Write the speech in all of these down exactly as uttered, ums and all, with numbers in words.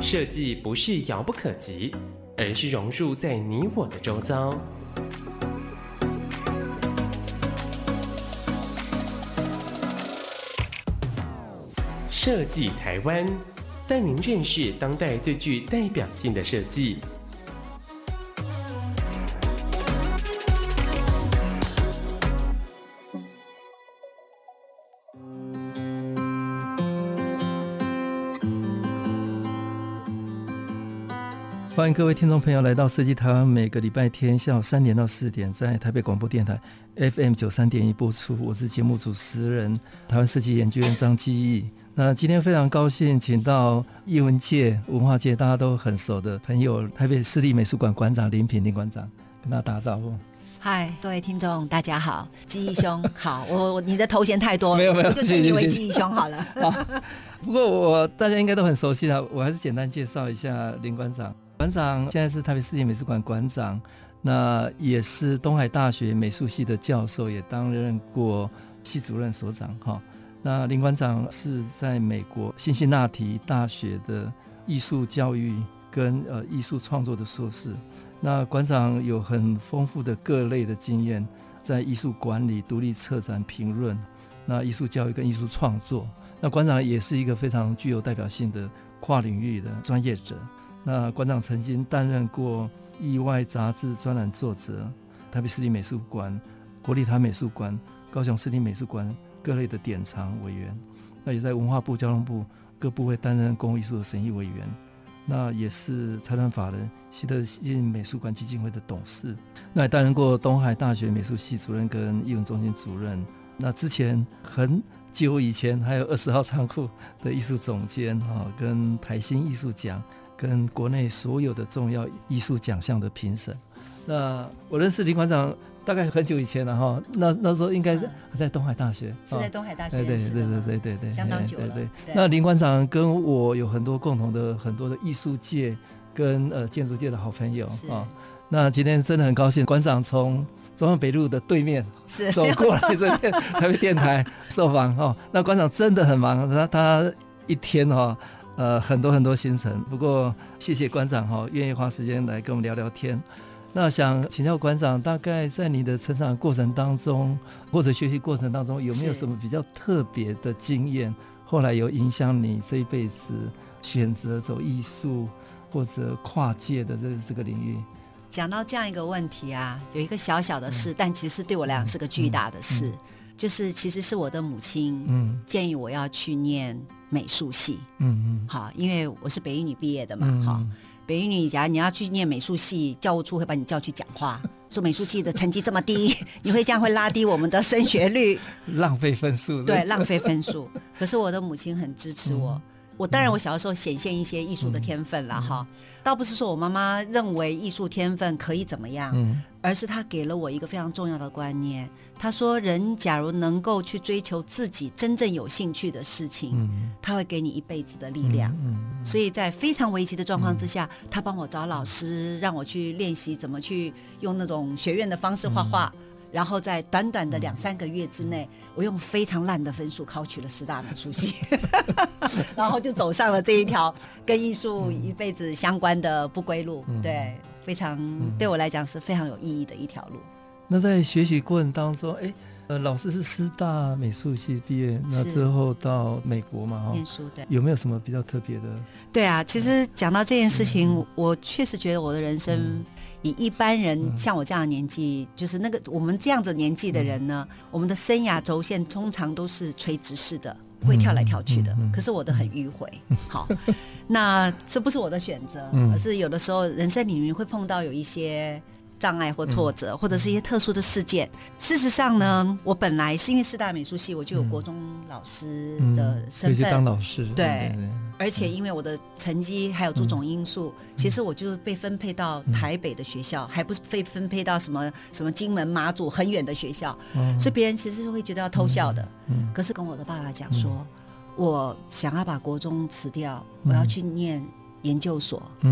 设计不是遥不可及，而是融入在你我的周遭。设计台湾，带您认识当代最具代表性的设计。 欢迎各位听众朋友来到设计台湾，每个礼拜天下午三点到四点在台北广播电台 F M 九十三点一 播出。我是节目主持人台湾设计研究院张基义。那今天非常高兴请到艺文界文化界大家都很熟的朋友，台北市立美术馆馆长林品林馆长，跟大家打招呼。 嗨，各位听众大家好，基义兄好。我你的头衔太多了， 没有没有， 我就称你为基义兄好了。 好，不过我大家应该都很熟悉了，我还是简单介绍一下林馆长。馆长现在是台北市立美术馆馆长，那也是东海大学美术系的教授，也担任过系主任所长。那林馆长是在美国辛辛那提大学的艺术教育跟呃艺术创作的硕士。那馆长有很丰富的各类的经验，在艺术管理、独立策展、评论，那艺术教育跟艺术创作。那馆长也是一个非常具有代表性的跨领域的专业者。那馆长曾经担任过意外杂志专栏作者、台北市立美术馆、国立台美术馆、高雄市立美术馆各类的典藏委员，那也在文化部、交通部各部会担任公共艺术的审议委员，那也是财团法人西德信美术馆基金会的董事，那也担任过东海大学美术系主任跟艺文中心主任。那之前很久以前还有二十号仓库的艺术总监、哦、跟台新艺术奖跟国内所有的重要艺术奖项的评审。那我认识林馆长大概很久以前了哈，那那时候应该在东海大学， 是在东海大学认识的吗？ 对对对对对， 相当久了。 对对对，那林馆长跟我有很多共同的很多的艺术界跟呃建筑界的好朋友啊。那今天真的很高兴，馆长从中央北路的对面走过来这边台北电台受访哈。那馆长真的很忙，他他一天哈。呃，很多很多行程，不过谢谢馆长哈，愿意花时间来跟我们聊聊天。那想请教馆长，大概在你的成长过程当中，或者学习过程当中，有没有什么比较特别的经验，后来有影响你这一辈子选择走艺术或者跨界的 这, 这个领域？ 讲到这样一个问题啊，有一个小小的事，嗯、但其实对我来讲是个巨大的事。嗯嗯就是其实是我的母亲建议我要去念美术系，嗯嗯，好，因为我是北一女毕业的嘛，哈、嗯，北一女假如你要去念美术系，教务处会把你叫去讲话，说美术系的成绩这么低，你会这样会拉低我们的升学率， 浪费分数， 对，浪费分数。可是我的母亲很支持我。嗯我当然我小的时候显现一些艺术的天分啦、嗯、哈，倒不是说我妈妈认为艺术天分可以怎么样、嗯、而是她给了我一个非常重要的观念。她说人假如能够去追求自己真正有兴趣的事情、嗯、她会给你一辈子的力量、嗯嗯、所以在非常危急的状况之下、嗯、她帮我找老师让我去练习怎么去用那种学院的方式画画、嗯，然后在短短的两三个月之内、嗯、我用非常烂的分数考取了师大美术系然后就走上了这一条跟艺术一辈子相关的不归路、嗯、对，非常、嗯、对我来讲是非常有意义的一条路。 那在学习过程当中，哎，呃，老师是师大美术系毕业，那之后到美国嘛， 念书，对， 有没有什么比较特别的？ 对啊，其实讲到这件事情、嗯、我确实觉得我的人生、嗯以一般人像我这样的年纪、嗯、就是那个我们这样子年纪的人呢、嗯、我们的生涯轴线通常都是垂直式的，会跳来跳去的、嗯嗯、可是我的很迂回、嗯、好那这不是我的选择、嗯、而是有的时候人生里面会碰到有一些障碍或挫折、嗯、或者是一些特殊的事件。事实上呢、嗯、我本来是因为师大美术系我就有国中老师的身份、嗯、可以当老师， 对, 对, 对, 对，而且因为我的成绩还有诸种因素、嗯、其实我就被分配到台北的学校、嗯、还不是被分配到什么什么金门马祖很远的学校、嗯、所以别人其实会觉得要偷笑的、嗯嗯、可是跟我的爸爸讲说、嗯、我想要把国中辞掉，我要去念研究所，嗯，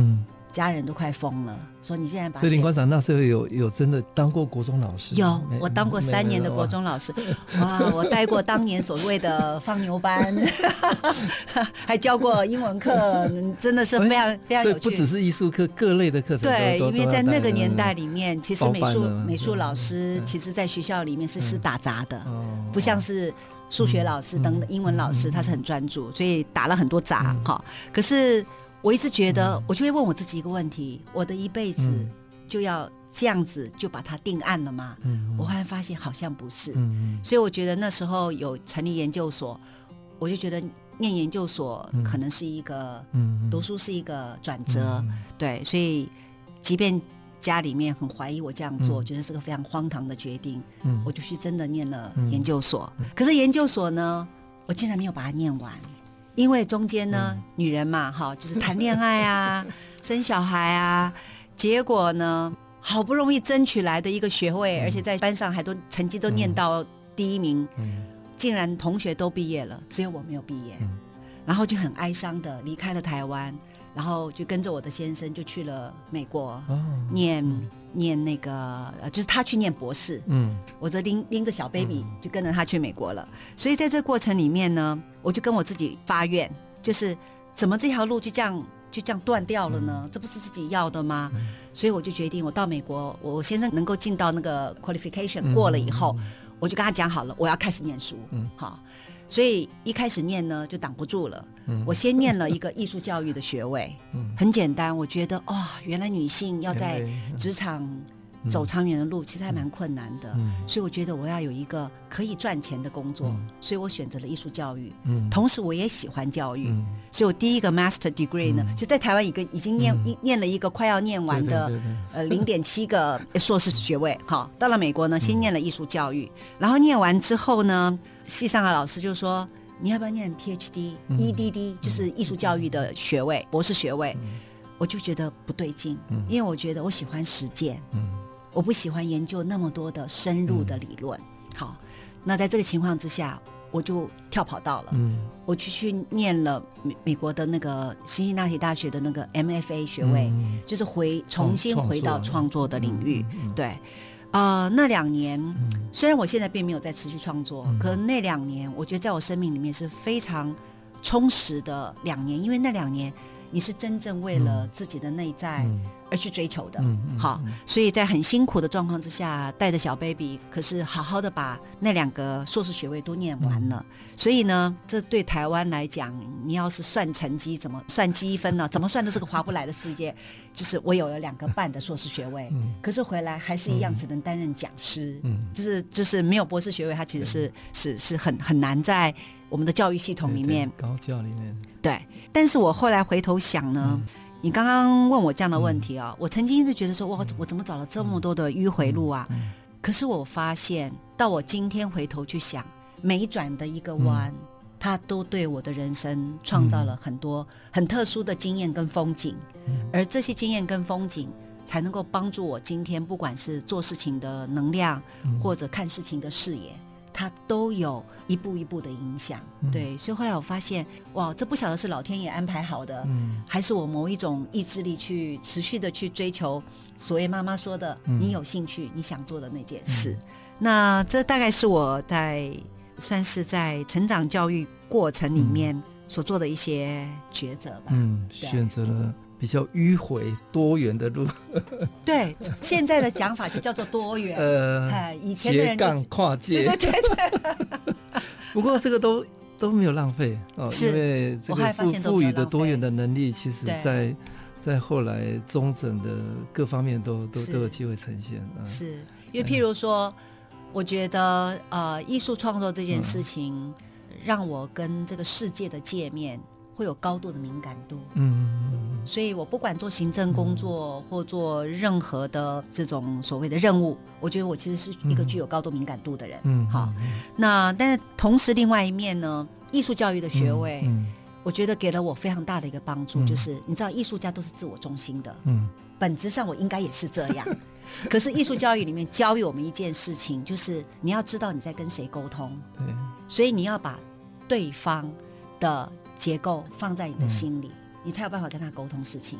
家人都快疯了，说你竟然把。 所以林馆长那时候有有真的当过国中老师？ 有，我当过三年的国中老师。哇，我带过当年所谓的放牛班，还教过英文课，真的是非常非常有趣。 所以不只是艺术课，各类的课程都。 对，因为在那个年代里面，其实美术美术老师， 嗯、 其实在学校里面是是打杂的，嗯、不像是数学老师等英文老师，他是很专注，所以打了很多杂哈、嗯。可是。我一直觉得，我就会问我自己一个问题：我的一辈子就要这样子就把它定案了吗？嗯、我后来发现好像不是、嗯，所以我觉得那时候有成立研究所，我就觉得念研究所可能是一个、嗯、读书是一个转折、嗯，对，所以即便家里面很怀疑我这样做，嗯、觉得是个非常荒唐的决定，嗯、我就去真的念了研究所、嗯。可是研究所呢，我竟然没有把它念完。因为中间呢、嗯，女人嘛，哈，就是谈恋爱啊，生小孩啊，结果呢，好不容易争取来的一个学位，嗯、而且在班上还都成绩都念到第一名，嗯、竟然同学都毕业了，只有我没有毕业，嗯、然后就很哀伤的离开了台湾，然后就跟着我的先生就去了美国、哦、念、嗯、念那个，就是他去念博士，嗯，我则拎拎着小 baby、嗯、就跟着他去美国了。所以在这过程里面呢，我就跟我自己发愿，就是怎么这条路就这样就这样断掉了呢、嗯、这不是自己要的吗、嗯、所以我就决定我到美国，我先生能够进到那个 qualification 过了以后、嗯、我就跟他讲好了，我要开始念书、嗯、好，所以一开始念呢就挡不住了、嗯、我先念了一个艺术教育的学位、嗯、很简单，我觉得哇、哦，原来女性要在职场走长远的路、嗯、其实还蛮困难的、嗯、所以我觉得我要有一个可以赚钱的工作、嗯、所以我选择了艺术教育、嗯、同时我也喜欢教育、嗯、所以我第一个 master degree 呢、嗯、就在台湾已经已经 念,、嗯、念了一个快要念完的对对对对呃 零点七 个硕士学位好，到了美国呢先念了艺术教育、嗯、然后念完之后呢，系上的老师就说你要不要念 P H D、嗯、E D D 就是艺术教育的学位、嗯、博士学位、嗯、我就觉得不对劲、嗯、因为我觉得我喜欢实践、嗯，我不喜欢研究那么多的深入的理论、嗯、好，那在这个情况之下我就跳跑道了、嗯、我就去念了 美, 美国的那个辛辛那提大学的那个 M F A 学位、嗯、就是回重新回到创作的领域、嗯嗯、对呃，那两年、嗯、虽然我现在并没有在持续创作、嗯、可那两年我觉得在我生命里面是非常充实的两年，因为那两年你是真正为了自己的内在而去追求的、嗯、好，所以在很辛苦的状况之下带着小 baby， 可是好好的把那两个硕士学位都念完了、嗯、所以呢这对台湾来讲，你要是算成绩怎么算积分呢，怎么算都是个划不来的世界。就是我有了两个半的硕士学位、嗯、可是回来还是一样只能担任讲师、嗯、就是就是没有博士学位，它其实是是是很很难在我们的教育系统里面， 对对高教里面， 对。但是我后来回头想呢、嗯、你刚刚问我这样的问题啊、哦嗯、我曾经一直觉得说我我怎么找了这么多的迂回路啊、嗯嗯、可是我发现到我今天回头去想，每转的一个弯、嗯、它都对我的人生创造了很多很特殊的经验跟风景、嗯、而这些经验跟风景才能够帮助我今天不管是做事情的能量、嗯、或者看事情的视野，它都有一步一步的影响、嗯、对。所以后来我发现哇，这不晓得是老天爷安排好的、嗯、还是我某一种意志力去持续的去追求所谓妈妈说的、嗯、你有兴趣你想做的那件事、嗯、那这大概是我在算是在成长教育过程里面所做的一些抉择吧。 嗯，选择了比较迂回多元的路。 对，现在的讲法就叫做多元。呃，以前的人斜杠跨界。对对对。不过这个都都没有浪费哦，因为这个赋予的多元的能力，其实在在后来中整的各方面都都都有机会呈现。 嗯、是因为譬如说。我觉得呃，艺术创作这件事情、嗯、让我跟这个世界的界面会有高度的敏感度。嗯，所以我不管做行政工作、嗯、或做任何的这种所谓的任务，我觉得我其实是一个具有高度敏感度的人。嗯，好，那但是同时另外一面呢，艺术教育的学位、嗯嗯、我觉得给了我非常大的一个帮助、嗯、就是你知道艺术家都是自我中心的。嗯，本质上我应该也是这样。可是艺术教育里面教育我们一件事情，就是你要知道你在跟谁沟通，对，所以你要把对方的结构放在你的心里、嗯、你才有办法跟他沟通事情。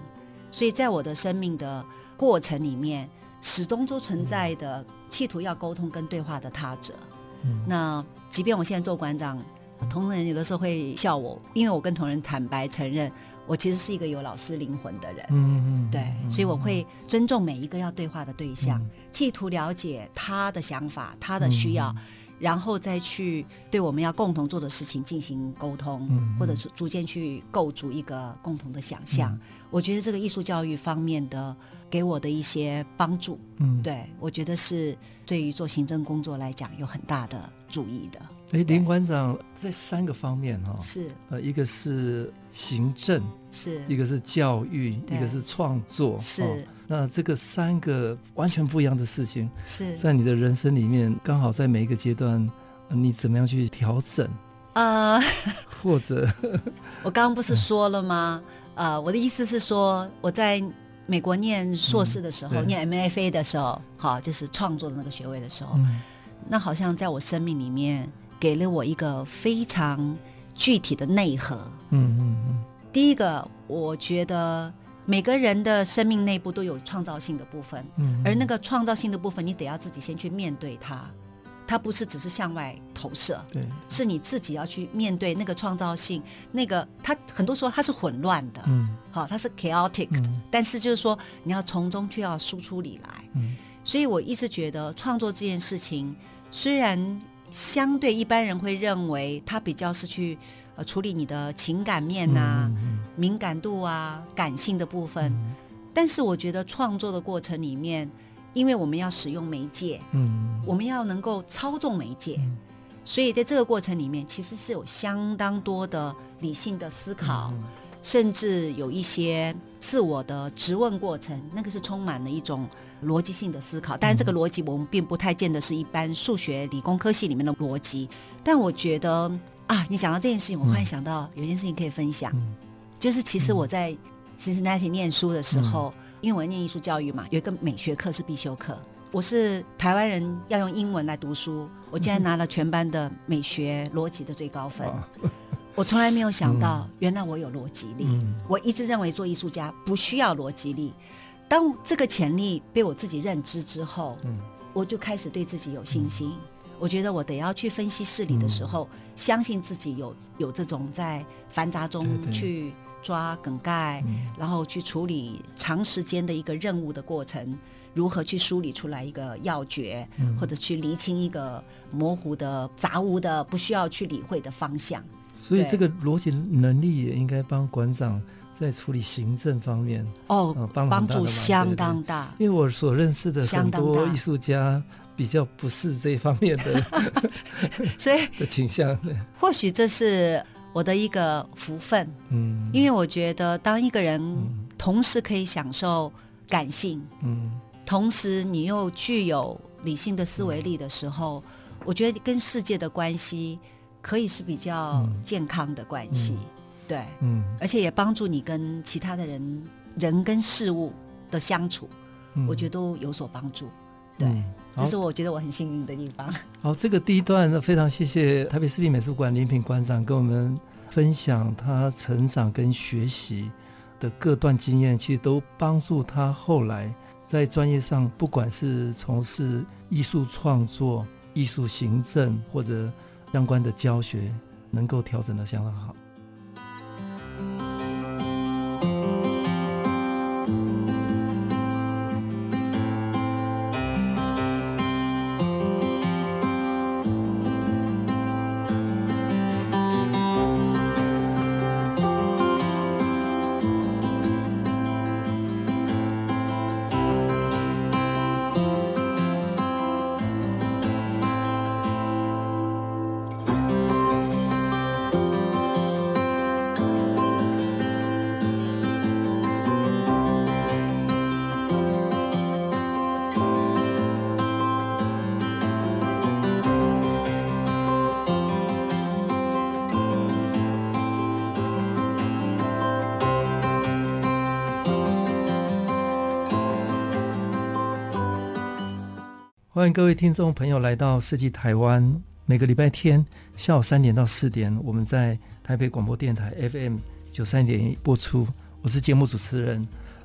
所以在我的生命的过程里面，始终都存在的企图要沟通跟对话的他者。嗯、那即便我现在做馆长，同仁有的时候会笑我，因为我跟同仁坦白承认，我其实是一个有老师灵魂的人。嗯嗯，对，所以我会尊重每一个要对话的对象，嗯、企图了解他的想法、他的需要。嗯，然后再去对我们要共同做的事情进行沟通，嗯、或者逐渐去构筑一个共同的想象。嗯、我觉得这个艺术教育方面的给我的一些帮助，嗯，对，我觉得是对于做行政工作来讲有很大的注意的。 哎，林馆长这三个方面哈、哦， 是呃， 一个是行政， 是一个是教育，一个是创作， 是。哦， 那这个三个完全不一样的事情， 是在你的人生里面，刚好在每一个阶段，你怎么样去调整？呃，或者我刚刚不是说了吗？呃，我的意思是说，我在美国念硕士的时候，嗯、念 M F A 的时候，好，就是创作的那个学位的时候，嗯、那好像在我生命里面给了我一个非常具体的内核。嗯嗯嗯。第一个，我觉得每个人的生命内部都有创造性的部分，嗯、而那个创造性的部分，你得要自己先去面对它，它不是只是向外投射，对，是你自己要去面对那个创造性。那个它很多时候它是混乱的，嗯，好，它是 chaotic 的，嗯、但是就是说你要从中却要输出里来，嗯，所以我一直觉得创作这件事情，虽然相对一般人会认为它比较是去呃处理你的情感面啊、嗯嗯、敏感度啊、感性的部分，嗯、但是我觉得创作的过程里面，因为我们要使用媒介，嗯，我们要能够操纵媒介，嗯、所以在这个过程里面其实是有相当多的理性的思考，嗯、甚至有一些自我的质问过程，那个是充满了一种逻辑性的思考。当然这个逻辑我们并不太见得是一般数学理工科系里面的逻辑，但我觉得啊，你讲到这件事情，我忽然想到有件事情可以分享，嗯、就是其实我在 Cincinnati 念书的时候，嗯、因为我念艺术教育嘛，有一个美学课是必修课，我是台湾人要用英文来读书，我竟然拿了全班的美学逻辑的最高分。我从来没有想到，嗯、原来我有逻辑力，嗯、我一直认为做艺术家不需要逻辑力，当这个潜力被我自己认知之后，嗯、我就开始对自己有信心，嗯、我觉得我得要去分析事理的时候，嗯、相信自己有有这种在繁杂中去抓梗概，嗯、然后去处理长时间的一个任务的过程，如何去梳理出来一个要诀，嗯、或者去厘清一个模糊的杂无的不需要去理会的方向。 所以这个逻辑能力也应该帮馆长在处理行政方面哦，呃、帮, 帮助相当大。 对对，因为我所认识的很多艺术家比较不是这方面的所以的倾向。 或许这是我的一个福分，嗯，因为我觉得当一个人同时可以享受感性，嗯，同时你又具有理性的思维力的时候，嗯、我觉得跟世界的关系可以是比较健康的关系，嗯、对，嗯，而且也帮助你跟其他的人人跟事物的相处，嗯、我觉得都有所帮助，对，嗯、这是我觉得我很幸运的地方。 好，这个第一段非常谢谢台北市立美术馆林品馆长跟我们分享他成长跟学习的各段经验，其实都帮助他后来在专业上，不管是从事艺术创作、艺术行政或者相关的教学，能够调整得相当好。欢迎各位听众朋友来到设计台湾，每个礼拜天下午三点到四点，我们在台北广播电台 F M 九三点一播出。我是节目主持人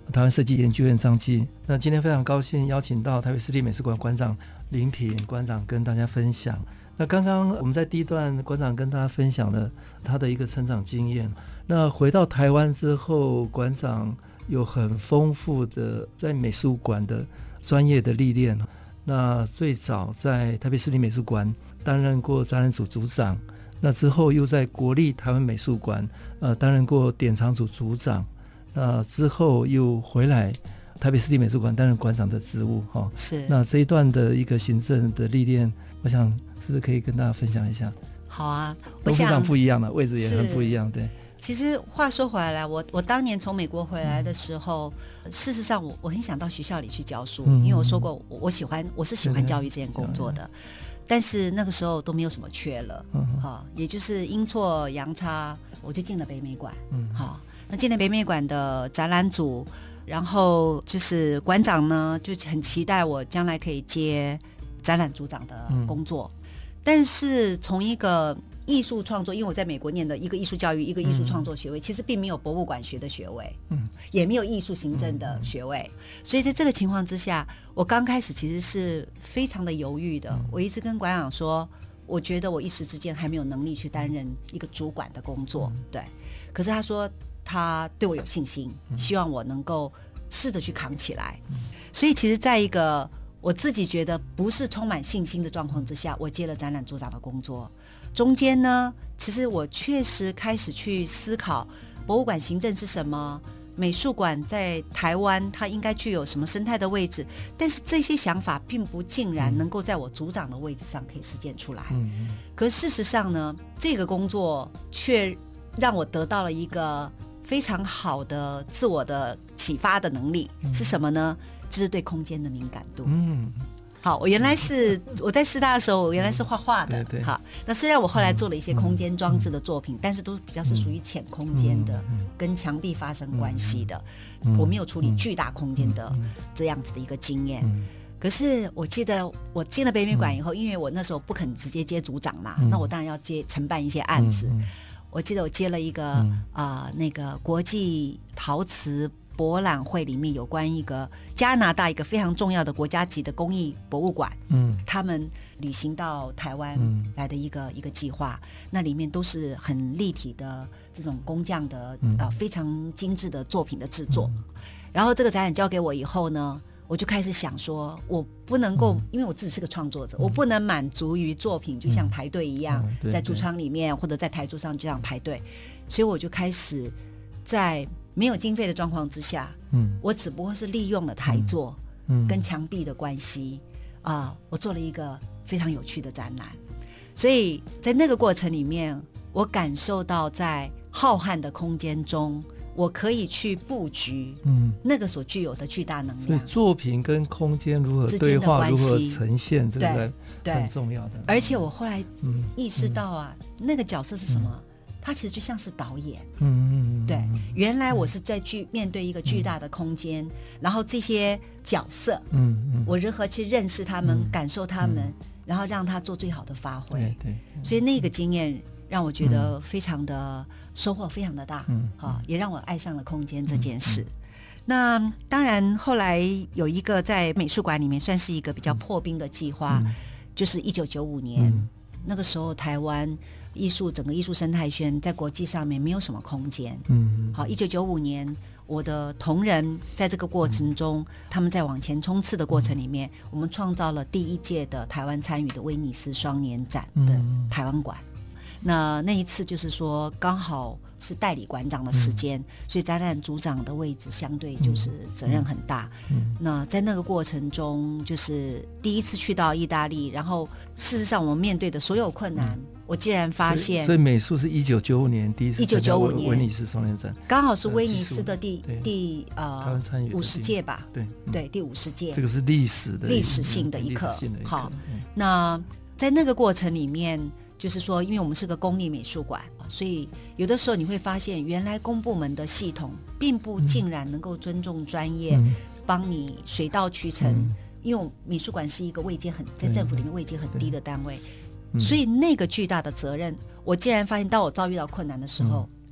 台湾设计研究院张继。那今天非常高兴邀请到台北市立美术馆馆长林品馆长跟大家分享。那刚刚我们在第一段馆长跟大家分享了他的一个成长经验，那回到台湾之后，馆长有很丰富的在美术馆的专业的历练。那最早在台北市立美术馆担任过展览组组长，那之后又在国立台湾美术馆呃担任过典藏组组长，那之后又回来台北市立美术馆担任馆长的职务、哦、 是。 那这一段的一个行政的历练，我想是不是可以跟大家分享一下？ 好啊， 都非常不一样了，位置也很不一样。对， 其实话说回来，我我当年从美国回来的时候，嗯、事实上我我很想到学校里去教书，嗯、因为我说过我我喜欢我是喜欢教育这件工作的，但是那个时候都没有什么缺了，嗯、好，也就是阴错阳差，我就进了北美馆，嗯，好，那进了北美馆的展览组，然后就是馆长呢就很期待我将来可以接展览组长的工作，嗯、但是从一个艺术创作，因为我在美国念的一个艺术教育，一个艺术创作学位，嗯、其实并没有博物馆学的学位，嗯、也没有艺术行政的学位，嗯、所以在这个情况之下，我刚开始其实是非常的犹豫的。嗯、我一直跟馆长说，我觉得我一时之间还没有能力去担任一个主管的工作，嗯、对。可是他说他对我有信心，嗯、希望我能够试着去扛起来。嗯、所以其实在一个我自己觉得不是充满信心的状况之下，我接了展览组长的工作。中间呢，其实我确实开始去思考博物馆行政是什么，美术馆在台湾它应该具有什么生态的位置，但是这些想法并不尽然能够在我组长的位置上可以实践出来。嗯、可事实上呢，这个工作却让我得到了一个非常好的自我的启发的能力，嗯、是什么呢？就是对空间的敏感度。嗯，好，我原来是我在师大的时候，我原来是画画的。嗯、对对。好，那虽然我后来做了一些空间装置的作品，嗯、但是都比较是属于浅空间的，嗯、跟墙壁发生关系的，嗯、我没有处理巨大空间的这样子的一个经验。嗯、可是我记得我进了北美馆以后，嗯、因为我那时候不肯直接接组长嘛，嗯、那我当然要接承办一些案子。嗯、我记得我接了一个啊、嗯呃、那个国际陶瓷博览会里面有关一个加拿大一个非常重要的国家级的工艺博物馆，嗯，他们旅行到台湾来的一个、嗯、一个计划，那里面都是很立体的这种工匠的、嗯呃、非常精致的作品的制作。嗯、然后这个展览交给我以后呢，我就开始想说，我不能够，嗯、因为我自己是个创作者，嗯、我不能满足于作品就像排队一样，嗯、在橱窗里面或者在台桌上这样排队，所以我就开始在没有经费的状况之下，嗯，我只不过是利用了台座，嗯，跟墙壁的关系啊、呃，我做了一个非常有趣的展览。所以在那个过程里面，我感受到在浩瀚的空间中，我可以去布局，嗯，那个所具有的巨大能量。所以作品跟空间如何对话，如何呈现，这个很重要的。 而且我后来意识到啊，嗯、那个角色是什么？嗯他其实就像是导演，嗯嗯，对，原来我是在去面对一个巨大的空间，嗯、然后这些角色，嗯嗯，我如何去认识他们，嗯、感受他们，嗯、然后让他做最好的发挥，对对，所以那个经验让我觉得非常的收获非常的大，嗯，好、哦，也让我爱上了空间这件事。嗯嗯、那当然，后来有一个在美术馆里面算是一个比较破冰的计划，嗯、就是一九九五年，嗯、那个时候台湾艺术整个艺术生态圈在国际上面没有什么空间。嗯，好，一九九五年，我的同仁在这个过程中，嗯、他们在往前冲刺的过程里面，嗯、我们创造了第一届的台湾参与的威尼斯双年展的台湾馆。嗯、那那一次就是说，刚好是代理馆长的时间，嗯、所以展览组长的位置相对就是责任很大。嗯、那在那个过程中，就是第一次去到意大利，然后事实上我们面对的所有困难。嗯我竟然发现， 所以美术是一九九五年第一次参加威尼斯双年展， 刚好是威尼斯的第第呃五十届吧，对、嗯、对，第五十届， 这个是历史的历史性的一刻。好，嗯、那在那个过程里面，就是说，因为我们是个公立美术馆，所以有的时候你会发现，原来公部门的系统并不尽然能够尊重专业，嗯、帮你水到渠成。嗯、因为美术馆是一个位阶很在政府里面位阶很低的单位。所以那个巨大的责任，我竟然发现，当我遭遇到困难的时候，嗯、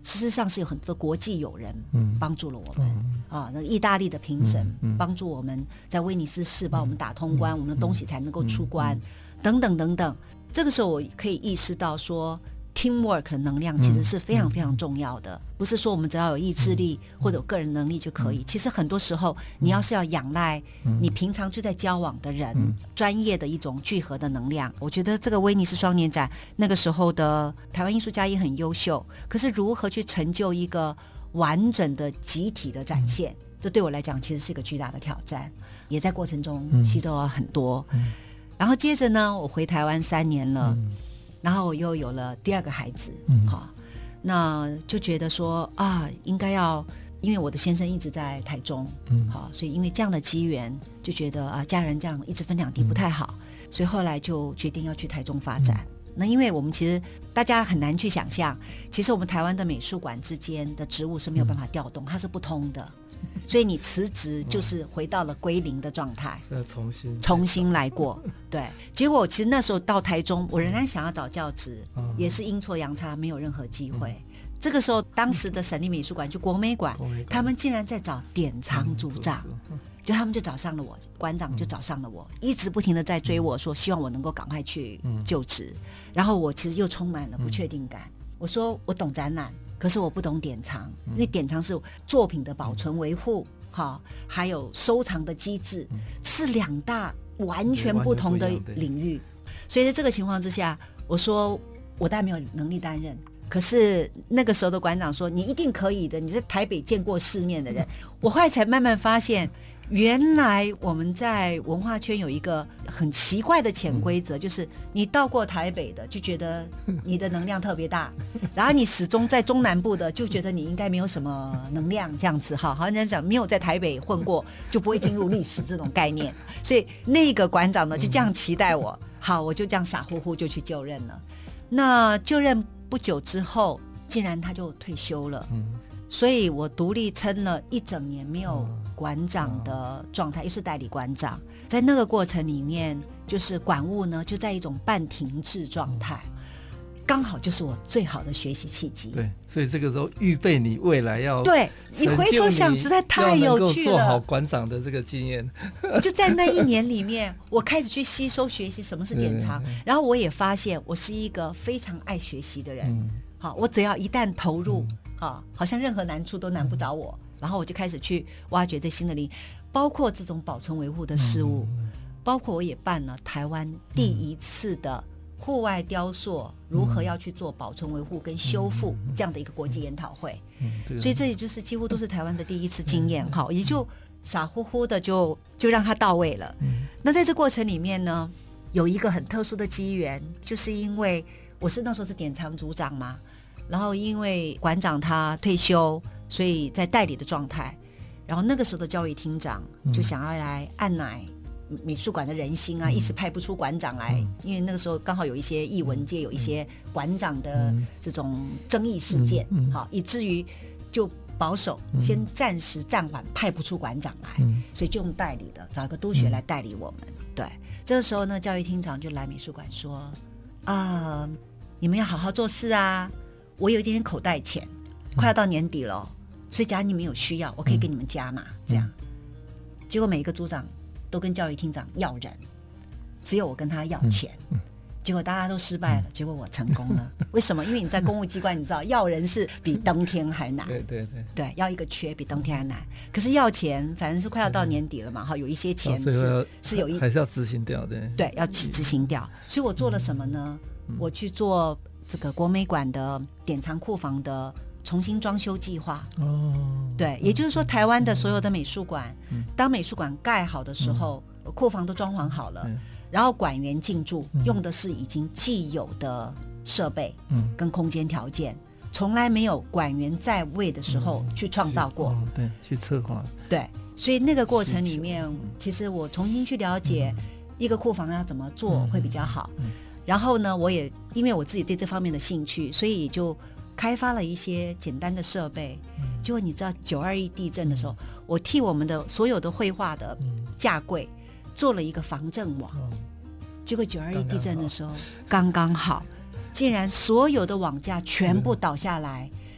事实上是有很多国际友人帮助了我们、嗯、啊，那意大利的评审帮助我们在威尼斯市帮我们打通关、嗯、我们的东西才能够出关、嗯嗯、等等等等。这个时候我可以意识到说 teamwork 的能量其实是非常非常重要的、嗯、不是说我们只要有意志力、嗯、或者有个人能力就可以、嗯、其实很多时候你要是要仰赖你平常就在交往的人、嗯、专业的一种聚合的能量。我觉得这个威尼斯双年展那个时候的台湾艺术家也很优秀，可是如何去成就一个完整的集体的展现、嗯、这对我来讲其实是一个巨大的挑战，也在过程中吸收了很多、嗯、然后接着呢我回台湾三年了、嗯，然后我又有了第二个孩子、嗯哦、那就觉得说啊，应该要，因为我的先生一直在台中、嗯哦、所以因为这样的机缘就觉得啊，家人这样一直分两地不太好、嗯、所以后来就决定要去台中发展、嗯、那因为我们其实大家很难去想象，其实我们台湾的美术馆之间的职务是没有办法调动、嗯、它是不通的，所以你辞职就是回到了归零的状态， 重新重新来过。对，结果其实那时候到台中，我仍然想要找教职、嗯、也是阴错阳差，没有任何机会、嗯、这个时候当时的省立美术馆就国美馆，他们竟然在找典藏组长、嗯、就他们就找上了我，馆长就找上了我、嗯、一直不停的在追我说希望我能够赶快去就职、嗯、然后我其实又充满了不确定感、嗯、我说我懂展览，可是我不懂典藏，因为典藏是作品的保存维护、嗯、还有收藏的机制、嗯、是两大完全不同的领域。所以在这个情况之下，我说我当然没有能力担任，可是那个时候的馆长说你一定可以的，你在台北见过世面的人、嗯、我后来才慢慢发现原来我们在文化圈有一个很奇怪的潜规则、嗯、就是你到过台北的就觉得你的能量特别大然后你始终在中南部的就觉得你应该没有什么能量，这样子哈，好像讲没有在台北混过就不会进入历史这种概念所以那个馆长呢就这样期待我，好，我就这样傻乎乎就去就任了。那就任不久之后竟然他就退休了、嗯、所以我独立撑了一整年没有馆长的状态，又是代理馆长，在那个过程里面就是馆务呢就在一种半停滞状态，刚好就是我最好的学习契机。 对，所以这个时候预备你未来要对你回头想实在太有趣了， 做好馆长的这个经验就在那一年里面我开始去吸收学习什么是典藏，然后我也发现我是一个非常爱学习的人、嗯、好，我只要一旦投入、嗯啊、好像任何难处都难不倒我、嗯、然后我就开始去挖掘这新的领域，包括这种保存维护的事物、嗯、包括我也办了台湾第一次的户外雕塑如何要去做保存维护跟修复这样的一个国际研讨会、嗯嗯、所以这也就是几乎都是台湾的第一次经验、嗯、好，也就傻乎乎的就就让它到位了、嗯、那在这过程里面呢有一个很特殊的机缘，就是因为我是那时候是典藏组长嘛，然后因为馆长他退休，所以在代理的状态，然后那个时候的教育厅长就想要来按捺美术馆的人心啊、嗯、一时派不出馆长来、嗯、因为那个时候刚好有一些艺文界有一些馆长的这种争议事件、嗯嗯、好，以至于就保守、嗯、先暂时暂缓派不出馆长来、嗯、所以就用代理的找一个督学来代理我们、嗯、对，这个时候呢教育厅长就来美术馆说啊、呃，你们要好好做事啊，我有一点点口袋钱、嗯、快要到年底了，所以假如你们有需要我可以给你们加码、嗯、这样。结果每一个组长都跟教育厅长要人，只有我跟他要钱、嗯嗯、结果大家都失败了、嗯、结果我成功了为什么？因为你在公务机关你知道要人是比登天还难对对对对，要一个缺比登天还难，可是要钱反正是快要到年底了嘛，有一些钱 是,、哦、是有一还是要执行掉的， 对，要执行掉，所以我做了什么呢、嗯、我去做这个国美馆的典藏库房的重新装修计划、哦、对，也就是说台湾的所有的美术馆、嗯、当美术馆盖好的时候、嗯、库房都装潢好了、嗯、然后馆员进驻、嗯、用的是已经既有的设备跟空间条件、嗯、从来没有馆员在位的时候去创造过、 嗯哦、对，去策划， 对，所以那个过程里面其实我重新去了解一个库房要怎么做会比较好、嗯嗯嗯、然后呢我也因为我自己对这方面的兴趣，所以就开发了一些简单的设备、嗯、结果你知道九二一地震的时候、嗯、我替我们的所有的绘画的架柜做了一个防震网、嗯、结果九二一地震的时候刚刚好竟然所有的网架全部倒下来、嗯、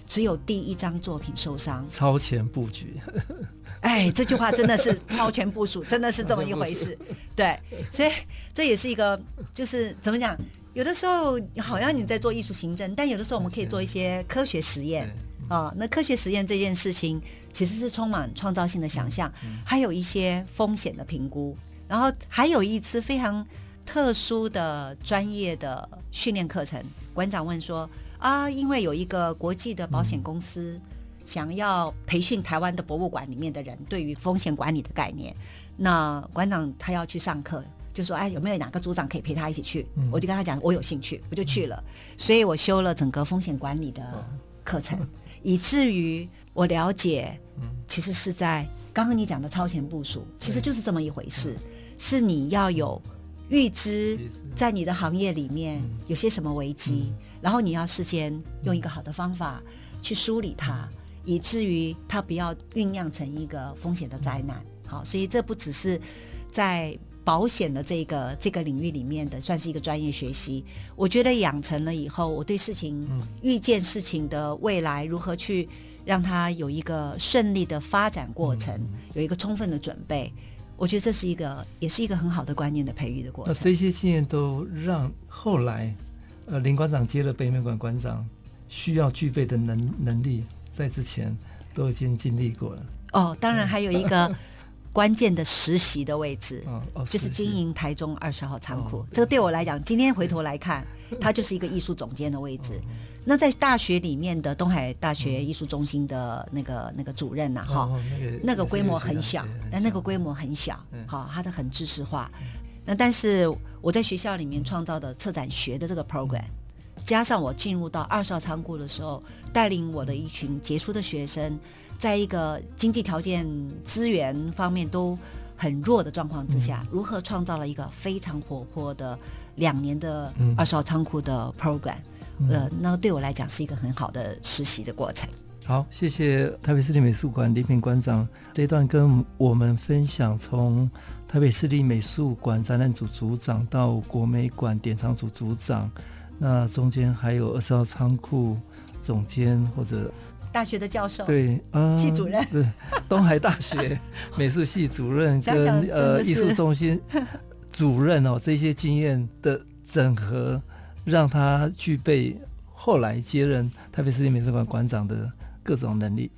只有第一张作品受伤， 超前布局。 哎，这句话真的是超前部署，真的是这么一回事。对，所以这也是一个，就是怎么讲？有的时候好像你在做艺术行政，但有的时候我们可以做一些科学实验啊、呃。那科学实验这件事情其实是充满创造性的想象，还有一些风险的评估，然后还有一次非常特殊的专业的训练课程。馆长问说啊，因为有一个国际的保险公司想要培训台湾的博物馆里面的人对于风险管理的概念，那馆长他要去上课，就说哎，有没有哪个组长可以陪他一起去、嗯、我就跟他讲我有兴趣，我就去了、嗯、所以我修了整个风险管理的课程、嗯、以至于我了解、嗯、其实是在刚刚你讲的超前部署其实就是这么一回事、嗯、是你要有预知在你的行业里面有些什么危机、嗯、然后你要事先用一个好的方法去梳理它、嗯，以至于它不要酝酿成一个风险的灾难。好，所以这不只是在保险的这个这个领域里面的算是一个专业学习，我觉得养成了以后，我对事情、嗯、预见事情的未来如何去让它有一个顺利的发展过程、嗯、有一个充分的准备，我觉得这是一个也是一个很好的观念的培育的过程。 那这些经验都让后来呃林馆长接了北美馆馆长需要具备的能能力在之前都已经经历过了。 哦，当然还有一个关键的实习的位置、 哦哦、 就是经营台中二十号仓库、哦、这个对我来讲今天回头来看它就是一个艺术总监的位置、哦、那在大学里面的东海大学艺术中心的那个、嗯、那个主任啊、哦那个、那个规模很小，但那个规模很小、哦、它的很知识化、嗯、那但是我在学校里面创造的策展学的这个 program、嗯，加上我进入到二十号仓库的时候，带领我的一群杰出的学生，在一个经济条件资源方面都很弱的状况之下、嗯、如何创造了一个非常活泼的两年的二十号仓库的 program、嗯呃、那对我来讲是一个很好的实习的过程。 好，谢谢台北市立美术馆林品馆长这一段跟我们分享从台北市立美术馆展览组组长到国美馆典藏组组长，那中间还有二十号仓库总监或者大学的教授， 对，呃、 系主任， 对，东海大学美术系主任跟想想呃艺术中心主任哦，这些经验的整合，让他具备后来接任台北市立美术馆馆长的各种能力。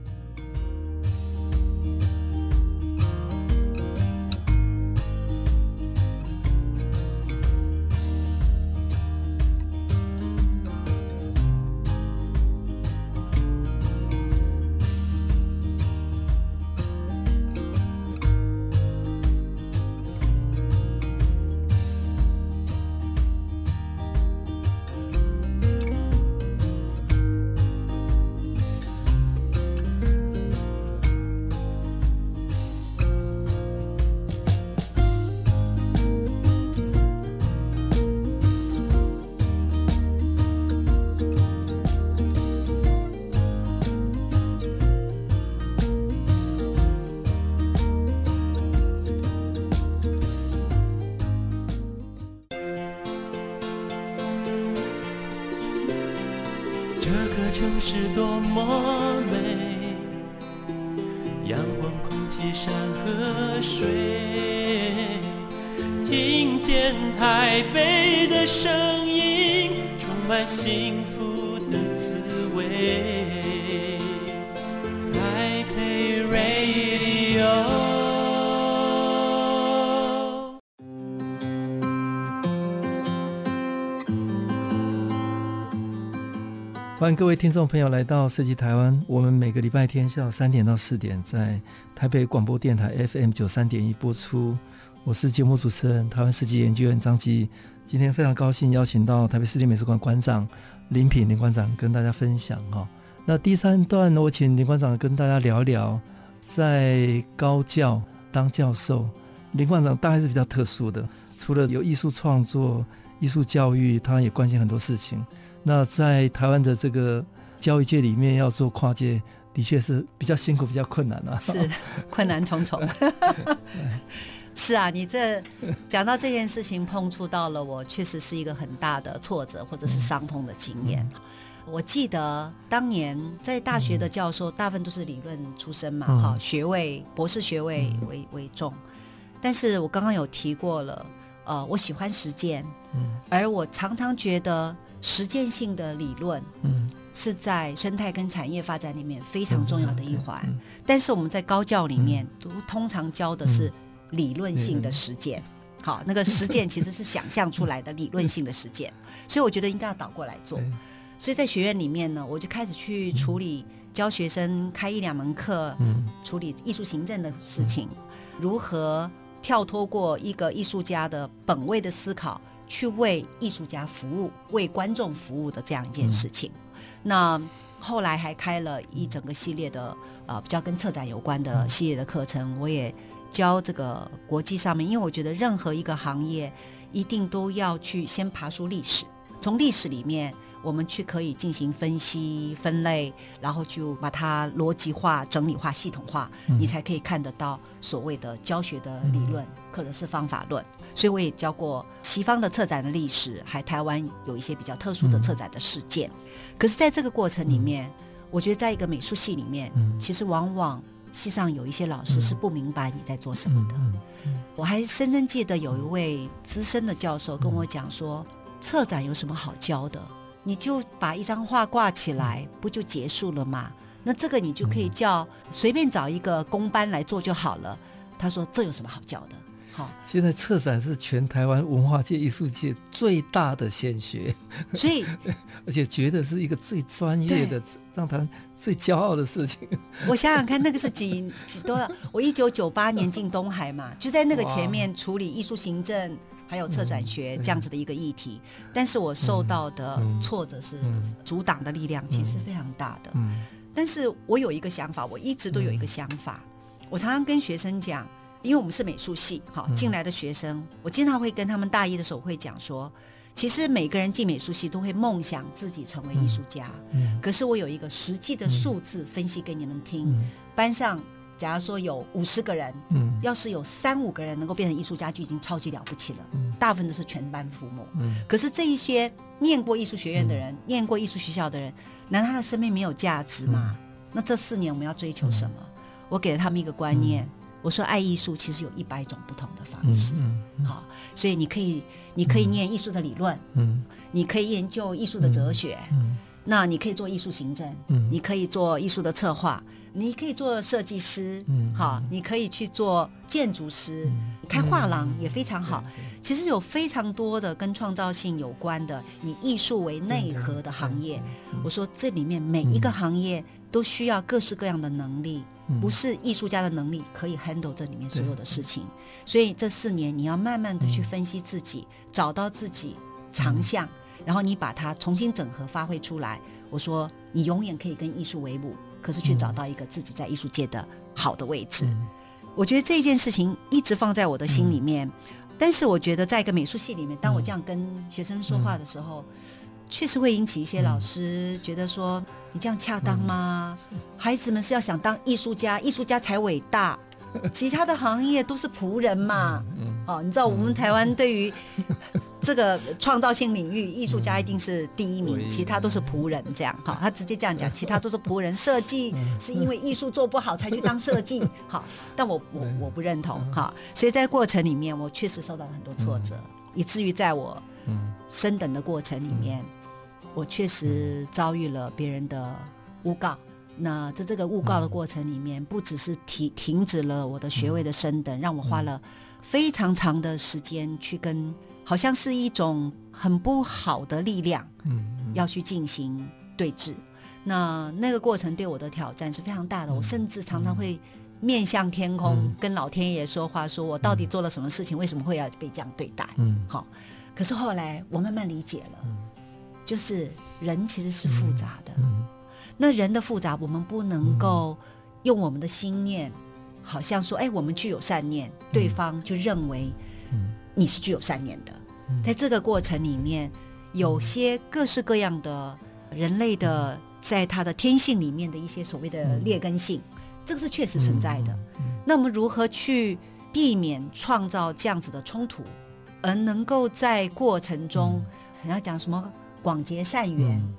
城市多么美，阳光空气山河水，听见台北的声音，充满幸福的滋味。台北 Radio。 欢迎各位听众朋友来到设计台湾，我们每个礼拜天下午三点到四点在台北广播电台 F M 九十三点一 播出。我是节目主持人台湾设计研究员张基，今天非常高兴邀请到台北市立美术馆馆长林品林馆长跟大家分享、哦、那第三段我请林馆长跟大家聊一聊在高教当教授。林馆长大概是比较特殊的，除了有艺术创作艺术教育，他也关心很多事情。那在台湾的这个教育界里面要做跨界的确是比较辛苦比较困难啊， 是困难重重是啊，你这讲到这件事情碰触到了我确实是一个很大的挫折或者是伤痛的经验、嗯我记得当年在大学的教授大部分都是理论出身嘛，嗯、学位博士学位为为重，但是我刚刚有提过了，呃，我喜欢实践，嗯，而我常常觉得实践性的理论，嗯，是在生态跟产业发展里面非常重要的一环，嗯、但是我们在高教里面都通常教的是理论性的实践。嗯好，那个实践其实是想象出来的理论性的实践，所以我觉得应该要倒过来做。所以在学院里面呢，我就开始去处理教学生开一两门课，嗯、处理艺术行政的事情，嗯、如何跳脱过一个艺术家的本位的思考，去为艺术家服务、为观众服务的这样一件事情。嗯、那后来还开了一整个系列的呃比较跟策展有关的系列的课程，我也教这个国际上面，因为我觉得任何一个行业一定都要去先爬出历史，从历史里面我们去可以进行分析分类，然后就把它逻辑化整理化系统化，嗯、你才可以看得到所谓的教学的理论，嗯、或者是方法论。所以我也教过西方的策展的历史，还台湾有一些比较特殊的策展的事件，嗯、可是在这个过程里面，嗯、我觉得在一个美术系里面，嗯、其实往往系上有一些老师是不明白你在做什么的。嗯嗯嗯、我还深深记得有一位资深的教授跟我讲说，策展有什么好教的，你就把一张画挂起来不就结束了吗？那这个你就可以叫随便找一个工班来做就好了。他说这有什么好教的。好， 现在策展是全台湾文化界艺术界最大的显学， 所以而且觉得是一个最专业的让他最骄傲的事情。 我想想看，那个是几几多少？我一九九八年进东海嘛，就在那个前面处理艺术行政还有策展学这样子的一个议题，嗯、但是我受到的挫折是阻挡的力量其实是非常大的。嗯嗯、但是我有一个想法，我一直都有一个想法，嗯、我常常跟学生讲。因为我们是美术系好进来的学生，嗯、我经常会跟他们大一的时候会讲说，其实每个人进美术系都会梦想自己成为艺术家，嗯嗯、可是我有一个实际的数字分析给你们听，嗯、班上假如说有五十个人，嗯、要是有三五个人能够变成艺术家就已经超级了不起了，嗯、大部分都是全班覆没，嗯、可是这一些念过艺术学院的人，嗯、念过艺术学校的人，难道他的生命没有价值吗？嗯、那这四年我们要追求什么？嗯、我给了他们一个观念，嗯我说爱艺术其实有一百种不同的方式，嗯嗯嗯、好，所以你可以你可以念艺术的理论，嗯、你可以研究艺术的哲学，嗯嗯、那你可以做艺术行政，嗯、你可以做艺术的策划，你可以做设计师，嗯、好，你可以去做建筑师，嗯、开画廊也非常好。嗯、其实有非常多的跟创造性有关的以艺术为内核的行业，嗯、我说这里面每一个行业都需要各式各样的能力，嗯、不是艺术家的能力可以 handle 这里面所有的事情。所以这四年你要慢慢的去分析自己，嗯、找到自己长项，嗯、然后你把它重新整合发挥出来。我说你永远可以跟艺术为伍，可是去找到一个自己在艺术界的好的位置。嗯、我觉得这件事情一直放在我的心里面，嗯、但是我觉得在一个美术系里面，当我这样跟学生说话的时候，嗯、确实会引起一些老师觉得说，你这样恰当吗？嗯、孩子们是要想当艺术家，艺术家才伟大，其他的行业都是仆人嘛。嗯嗯哦、你知道我们台湾对于这个创造性领域，艺术家一定是第一名，嗯、其他都是仆人这样。好、哦，他直接这样讲，其他都是仆人。设计是因为艺术做不好才去当设计。好，但我我我不认同。好，所以在过程里面，我确实受到了很多挫折，嗯、以至于在我升等的过程里面。嗯我确实遭遇了别人的诬告，那在这个诬告的过程里面，不只是停停止了我的学位的升等，让我花了非常长的时间去跟好像是一种很不好的力量要去进行对峙。那那个过程对我的挑战是非常大的，我甚至常常会面向天空跟老天爷说话，说我到底做了什么事情，为什么会要被这样对待。好，可是后来我慢慢理解了，就是人其实是复杂的，嗯嗯、那人的复杂我们不能够用我们的心念，好像说哎我们具有善念，嗯、对方就认为你是具有善念的，嗯、在这个过程里面有些各式各样的人类的在他的天性里面的一些所谓的劣根性，嗯、这个是确实存在的，嗯嗯、那我们如何去避免创造这样子的冲突，而能够在过程中，嗯、你要讲什么广结善缘，嗯、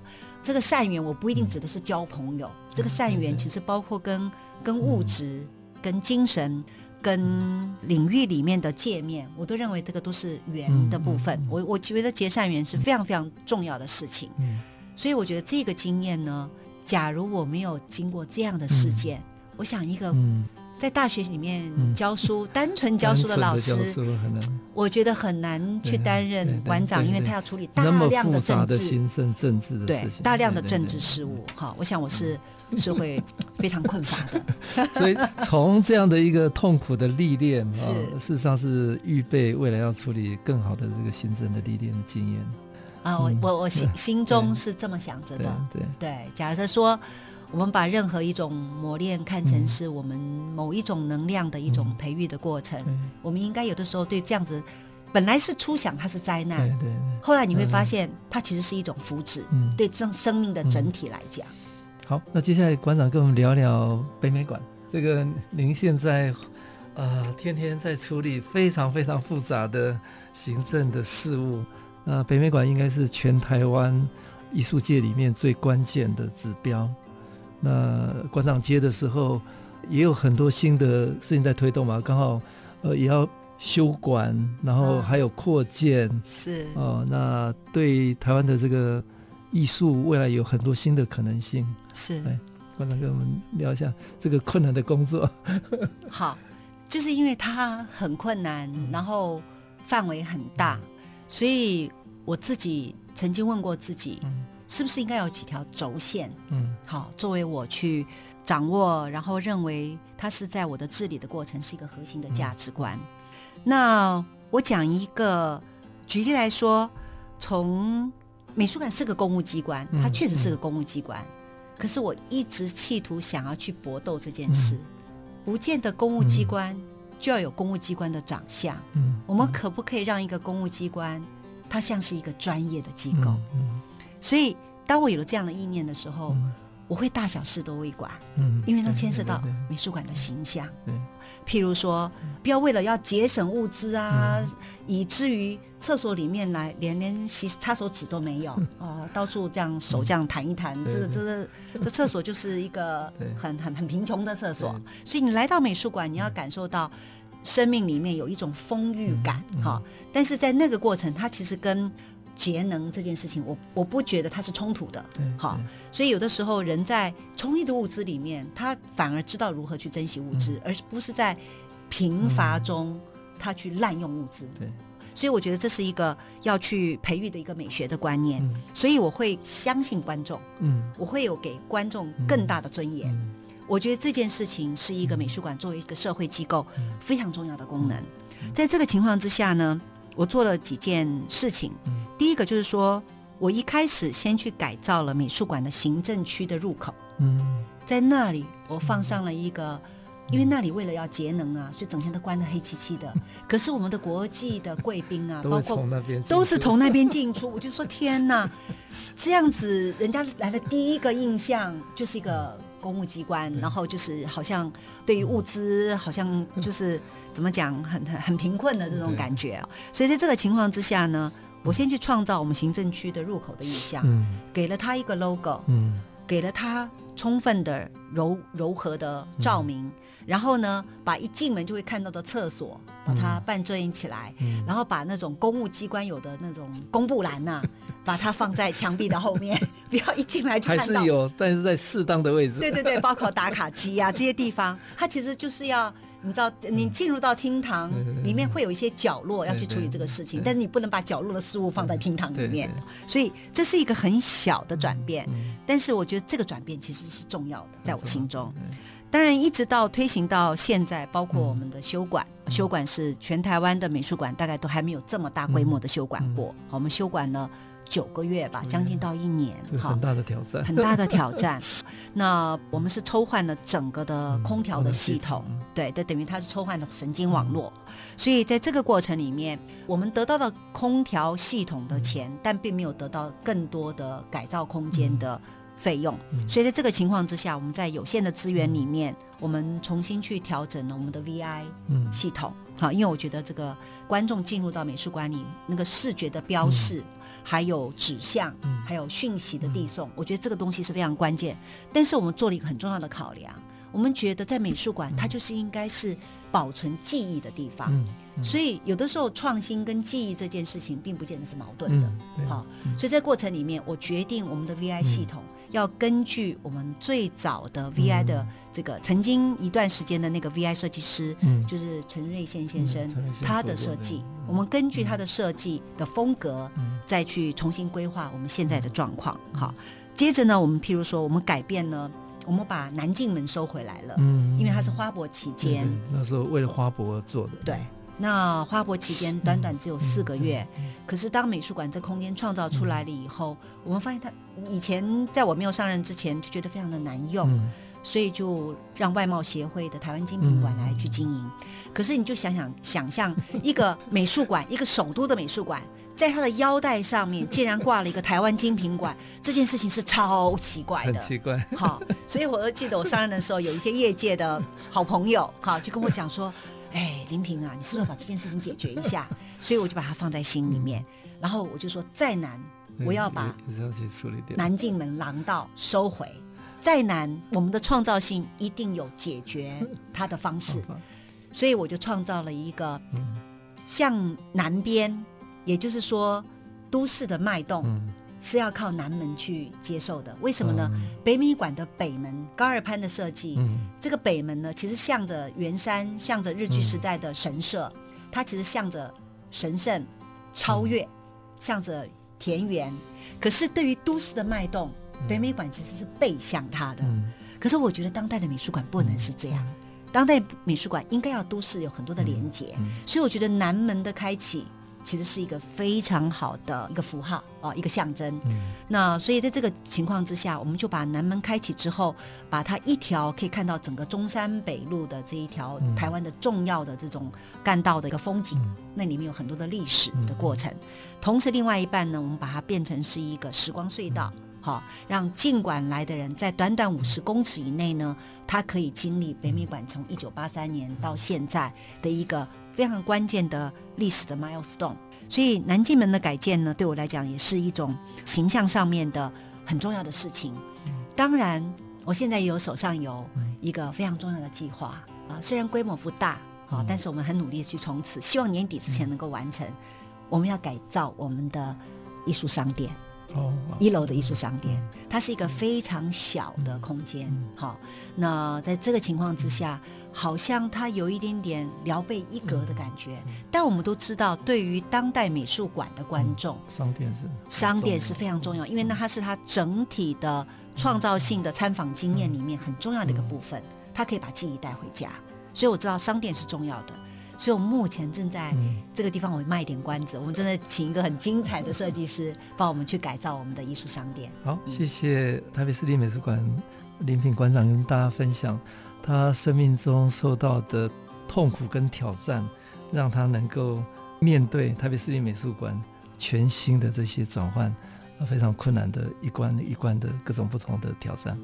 这个善缘我不一定指的是交朋友，嗯、这个善缘其实包括跟跟物质、嗯、跟精神、跟领域里面的界面，我都认为这个都是缘的部分。嗯嗯嗯、我我觉得结善缘是非常非常重要的事情。嗯、所以我觉得这个经验呢，假如我没有经过这样的事件，嗯、我想一个。嗯在大学里面教书、嗯、单纯教书的老师，我觉得很难去担任馆长，因为他要处理大量的政治、 行政政治的事情， 对大量的政治事务。好，我想我是、嗯、是会非常困乏的。 所以从这样的一个痛苦的历练，是、哦、事实上是预备未来要处理更好的这个行政的历练的经验。 啊，我我我心心中是这么想着的。对 对, 对，假设说。我们把任何一种磨练看成是我们某一种能量的一种培育的过程，嗯、我们应该有的时候对这样子，本来是初想它是灾难，对对对，后来你会发现它其实是一种福祉，嗯、对生生命的整体来讲。嗯、 好，那接下来馆长跟我们聊聊北美馆。这个您现在呃天天在处理非常非常复杂的行政的事务，那北美馆应该是全台湾艺术界里面最关键的指标。那馆长接的时候也有很多新的事情在推动嘛，刚好呃也要修馆，然后还有扩建， 嗯、是哦、呃，那对台湾的这个艺术未来有很多新的可能性。 是， 哎，馆长跟我们聊一下这个困难的工作。 好，就是因为它很困难，嗯、然后范围很大，嗯、所以我自己曾经问过自己。嗯是不是应该有几条轴线？嗯，好，作为我去掌握，然后认为它是在我的治理的过程是一个核心的价值观。嗯、那我讲一个，举例来说，从美术馆是个公务机关，它确实是个公务机关，嗯、可是我一直企图想要去搏斗这件事，嗯、不见得公务机关就要有公务机关的长相。嗯，我们可不可以让一个公务机关，它像是一个专业的机构？嗯嗯所以当我有了这样的意念的时候，嗯、我会大小事都会管，嗯、因为它牵涉到美术馆的形象。譬如说，不要为了要节省物资啊，嗯、以至于厕所里面来连连洗擦手纸都没有啊、呃，到处这样手这样弹一弹，嗯、这个这个这厕所就是一个很很很贫穷的厕所。所以你来到美术馆，你要感受到生命里面有一种丰裕感，嗯嗯、但是在那个过程，它其实跟节能这件事情我我不觉得它是冲突的，好，所以有的时候人在充裕的物资里面，他反而知道如何去珍惜物资，嗯、而不是在贫乏中他去滥用物资。对，所以我觉得这是一个要去培育的一个美学的观念。嗯、所以我会相信观众，嗯，我会有给观众更大的尊严。嗯、我觉得这件事情是一个美术馆作为一个社会机构非常重要的功能。嗯、在这个情况之下呢，我做了几件事情。嗯第一个就是说，我一开始先去改造了美术馆的行政区的入口，嗯，在那里我放上了一个，嗯、因为那里为了要节能啊，所以整天都关得黑漆漆的。可是我们的国际的贵宾啊，包括都是从那边进出，我就说天哪，这样子人家来的第一个印象就是一个公务机关，然后就是好像对于物资好像就是怎么讲很很很贫困的这种感觉。所以在这个情况之下呢，我先去创造我们行政区的入口的意象，嗯、给了他一个 logo，嗯、给了他充分的柔柔和的照明，嗯、然后呢，把一进门就会看到的厕所把它半遮掩起来，嗯、然后把那种公务机关有的那种公布栏呐、啊，把它放在墙壁的后面，不要一进来就看到。还是有，但是在适当的位置。 对对对，包括打卡机啊这些地方，它其实就是要。你知道，你进入到厅堂里面会有一些角落要去处理这个事情，但是你不能把角落的事物放在厅堂里面，所以这是一个很小的转变，但是我觉得这个转变其实是重要的，在我心中。当然一直到推行到现在，包括我们的修馆，修馆是全台湾的美术馆大概都还没有这么大规模的修馆过，我们修馆呢九个月吧，将近到一年， 很大的挑战， 很大的挑战。那我们是抽换了整个的空调的系统，嗯、对，对，等于它是抽换了神经网络。嗯、所以在这个过程里面，我们得到的空调系统的钱，嗯、但并没有得到更多的改造空间的费用。嗯、所以在这个情况之下，我们在有限的资源里面，嗯、我们重新去调整了我们的 V I 系统。嗯、好，因为我觉得这个观众进入到美术馆里，那个视觉的标示。嗯还有指向，还有讯息的递送，嗯、我觉得这个东西是非常关键。但是我们做了一个很重要的考量，我们觉得在美术馆，它就是应该是保存记忆的地方。嗯嗯、所以有的时候创新跟记忆这件事情，并不见得是矛盾的。嗯、好，嗯、所以在过程里面，我决定我们的 V I 系统。嗯要根据我们最早的 V I 的这个、嗯、曾经一段时间的那个 V I 设计师，嗯、就是陈瑞宪先生，嗯、他的设计，嗯、我们根据他的设计的风格，嗯、再去重新规划我们现在的状况。嗯、好，接着呢，我们譬如说，我们改变了，我们把南进门收回来了，嗯、因为它是花博期间， 那时候为了花博而做的， 对。那花博期间短短只有四个月，嗯嗯嗯、可是当美术馆这空间创造出来了以后，嗯、我们发现它以前在我没有上任之前就觉得非常的难用，嗯、所以就让外贸协会的台湾精品馆来去经营。嗯、可是你就想想想象一个美术馆，一个首都的美术馆，在它的腰带上面竟然挂了一个台湾精品馆，这件事情是超奇怪的， 很奇怪。 好，所以我记得我上任的时候，有一些业界的好朋友，好就跟我讲说。哎，林平啊，你是不是把这件事情解决一下？所以我就把它放在心里面，嗯、然后我就说，再难，我要把南进门廊道收回；再难，我们的创造性一定有解决它的方式。所以我就创造了一个向南边，也就是说都市的脉动。嗯是要靠南门去接受的，为什么呢？嗯、北美馆的北门高尔潘的设计，嗯、这个北门呢，其实向着圆山，向着日据时代的神社，嗯、它其实向着神圣、超越，嗯、向着田园。可是对于都市的脉动，嗯、北美馆其实是背向它的。嗯、可是我觉得当代的美术馆不能是这样，嗯、当代美术馆应该要都市有很多的连结，嗯嗯、所以我觉得南门的开启。其实是一个非常好的一个符号啊，一个象征。嗯、那所以在这个情况之下，我们就把南门开启之后，把它一条可以看到整个中山北路的这一条台湾的重要的这种干道的一个风景，嗯、那里面有很多的历史的过程。嗯、同时，另外一半呢，我们把它变成是一个时光隧道，好、嗯，让进馆来的人在短短五十公尺以内呢，他可以经历北美馆从一九八三年到现在的一个。非常关键的历史的 milestone， 所以南进门的改建呢，对我来讲也是一种形象上面的很重要的事情。嗯、当然，我现在有手上有一个非常重要的计划啊，虽然规模不大，啊嗯、但是我们很努力的去冲刺，希望年底之前能够完成。嗯、我们要改造我们的艺术商店。哦、一楼的艺术商店，它是一个非常小的空间。嗯、好，那在这个情况之下，好像它有一点点聊备一格的感觉。嗯、但我们都知道，对于当代美术馆的观众， 嗯、商店是商店是非常重要，因为那它是它整体的创造性的参访经验里面很重要的一个部分，它可以把记忆带回家。所以我知道商店是重要的。所以我们目前正在这个地方，我卖一点关子，我们真的请一个很精彩的设计师帮我们去改造我们的艺术商店。 好，嗯、谢谢台北市立美术馆林品馆长跟大家分享他生命中受到的痛苦跟挑战，让他能够面对台北市立美术馆全新的这些转换，非常困难的一关一关的各种不同的挑战。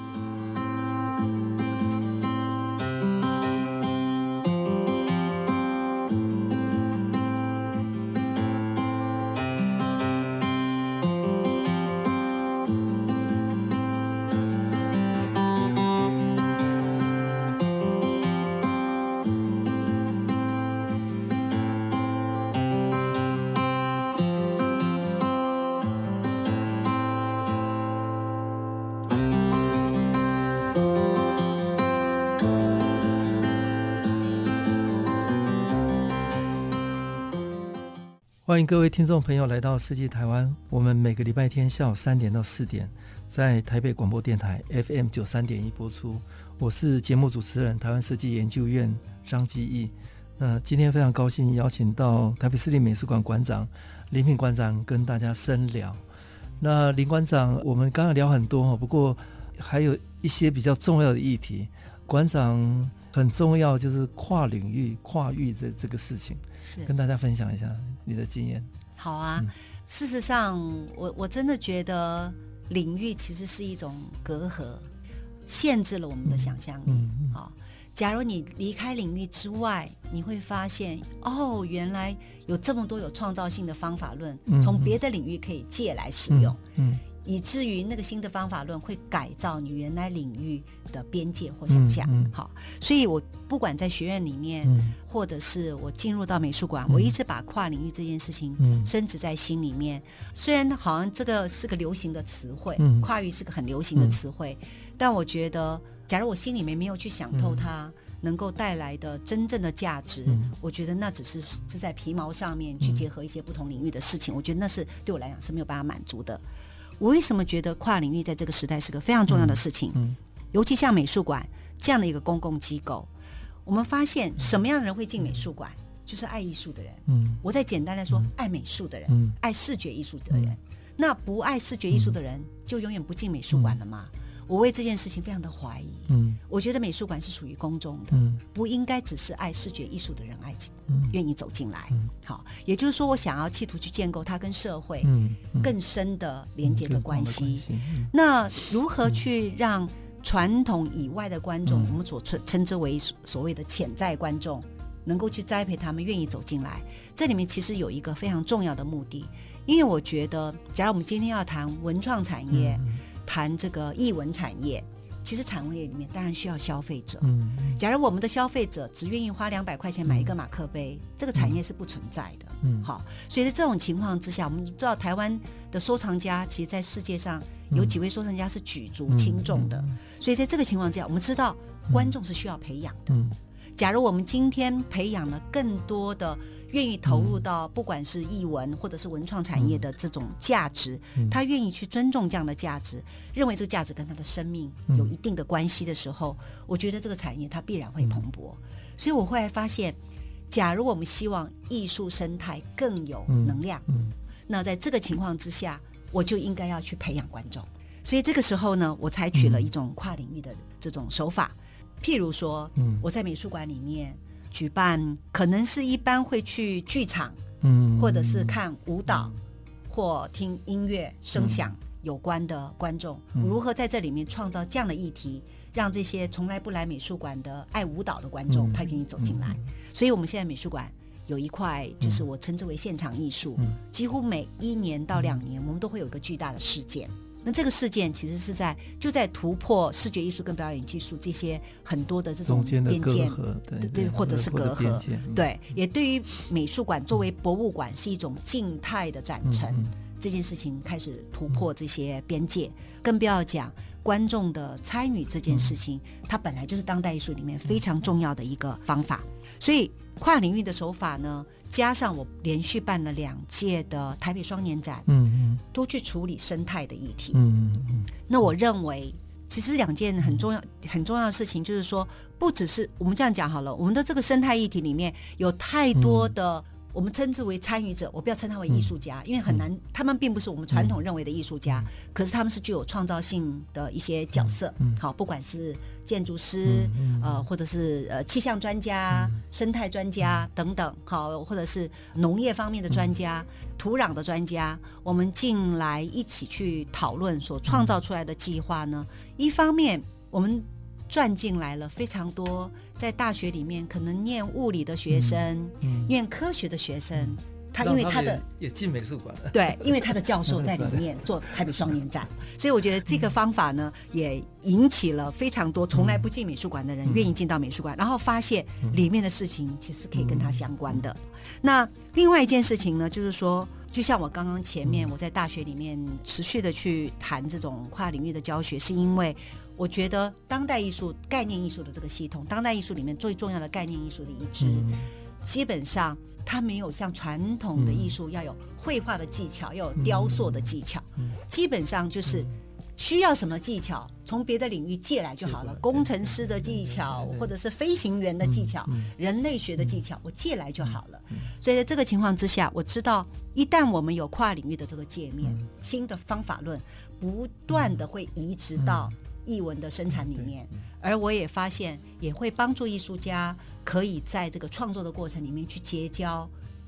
欢迎各位听众朋友来到世纪台湾，我们每个礼拜天下午三点到四点在台北广播电台 F M 九三点一播出。我是节目主持人台湾设计研究院张基义。那今天非常高兴邀请到台北市立美术馆馆长林品馆长跟大家深聊。那林馆长，我们刚刚聊很多，不过还有一些比较重要的议题，馆长很重要，就是跨领域跨域这这个事情，是跟大家分享一下你的经验。 好啊，嗯、事实上我我真的觉得领域其实是一种隔阂，限制了我们的想象力。 嗯嗯好，假如你离开领域之外，你会发现哦，原来有这么多有创造性的方法论， 嗯从别的领域可以借来使用。 嗯嗯以至于那个新的方法论会改造你原来领域的边界或想象。 嗯嗯好，所以我不管在学院里面， 嗯或者是我进入到美术馆， 嗯我一直把跨领域这件事情嗯深植在心里面。虽然好像这个是个流行的词汇， 嗯跨域是个很流行的词汇，但我觉得，假如我心里面没有去想透它，能够带来的真正的价值， 嗯我觉得那只是是在皮毛上面去结合一些不同领域的事情，我觉得那是对我来讲是没有办法满足的。我为什么觉得跨领域在这个时代是个非常重要的事情？ 嗯嗯、 尤其像美术馆这样的一个公共机构，我们发现什么样的人会进美术馆？就是爱艺术的人。 嗯， 我再简单的说， 嗯、 爱美术的人， 嗯、 爱视觉艺术的人。嗯、那不爱视觉艺术的人，就永远不进美术馆了吗？嗯、我为这件事情非常的怀疑。嗯，我觉得美术馆是属于公众的，嗯、不应该只是爱视觉艺术的人爱嗯、愿意走进来。嗯、好，也就是说，我想要企图去建构它跟社会更深的连接的关系。嗯嗯、那如何去让传统以外的观众，嗯、我们所称之为所谓的潜在观众，能够去栽培他们，愿意走进来？这里面其实有一个非常重要的目的，因为我觉得，假如我们今天要谈文创产业，嗯、谈这个艺文产业。其实产业里面当然需要消费者。嗯，假如我们的消费者只愿意花两百块钱买一个马克杯，嗯、这个产业是不存在的。嗯，好，所以在这种情况之下，我们知道台湾的收藏家，其实在世界上有几位收藏家是举足轻重的。嗯、所以在这个情况之下，我们知道观众是需要培养的。嗯，假如我们今天培养了更多的愿意投入到不管是艺文或者是文创产业的这种价值，嗯、他愿意去尊重这样的价值，认为这个价值跟他的生命有一定的关系的时候，嗯、我觉得这个产业它必然会蓬勃。嗯、所以我后来发现，假如我们希望艺术生态更有能量，嗯嗯、那在这个情况之下，我就应该要去培养观众。所以这个时候呢，我采取了一种跨领域的这种手法，譬如说，嗯、我在美术馆里面举办可能是一般会去剧场，嗯、或者是看舞蹈，嗯、或听音乐声响有关的观众，嗯、如何在这里面创造这样的议题，让这些从来不来美术馆的爱舞蹈的观众，嗯、他愿意走进来。嗯、所以我们现在美术馆有一块就是我称之为现场艺术，嗯、几乎每一年到两年我们都会有一个巨大的事件。那这个事件其实是在就在突破视觉艺术跟表演技术这些很多的这种边界， 对对，或者是隔阂， 嗯、 对，也对于美术馆作为博物馆是一种静态的展陈，嗯、这件事情开始突破这些边界，嗯、更不要讲观众的参与这件事情，嗯、它本来就是当代艺术里面非常重要的一个方法，所以跨领域的手法呢，加上我连续办了两届的台北双年展，嗯嗯，都去处理生态的议题，嗯嗯，那我认为其实两件很重要很重要的事情，就是说不只是我们这样讲好了，我们的这个生态议题里面有太多的，嗯、我们称之为参与者，我不要称他为艺术家，嗯、因为很难，他们并不是我们传统认为的艺术家，嗯、可是他们是具有创造性的一些角色，嗯、好，不管是建筑师，嗯、呃，或者是呃气象专家、嗯、生态专家等等，好，或者是农业方面的专家、嗯、土壤的专家，我们进来一起去讨论所创造出来的计划呢。嗯、一方面，我们赚进来了非常多在大学里面可能念物理的学生，嗯嗯、念科学的学生。嗯，他因为他的也进美术馆了， 对，因为他的教授在里面做台北双年展，所以我觉得这个方法呢，也引起了非常多从来不进美术馆的人愿意进到美术馆，然后发现里面的事情其实可以跟他相关的。那另外一件事情呢，就是说，就像我刚刚前面我在大学里面持续的去谈这种跨领域的教学，是因为我觉得当代艺术概念艺术的这个系统，当代艺术里面最重要的概念艺术的一支，基本上它没有像传统的艺术要有绘画的技巧，要有雕塑的技巧，基本上就是需要什么技巧从别的领域借来就好了，工程师的技巧或者是飞行员的技巧，人类学的技巧我借来就好了。所以在这个情况之下，我知道一旦我们有跨领域的这个界面，新的方法论不断的会移植到艺文的生产里面，而我也发现也会帮助艺术家可以在这个创作的过程里面去结交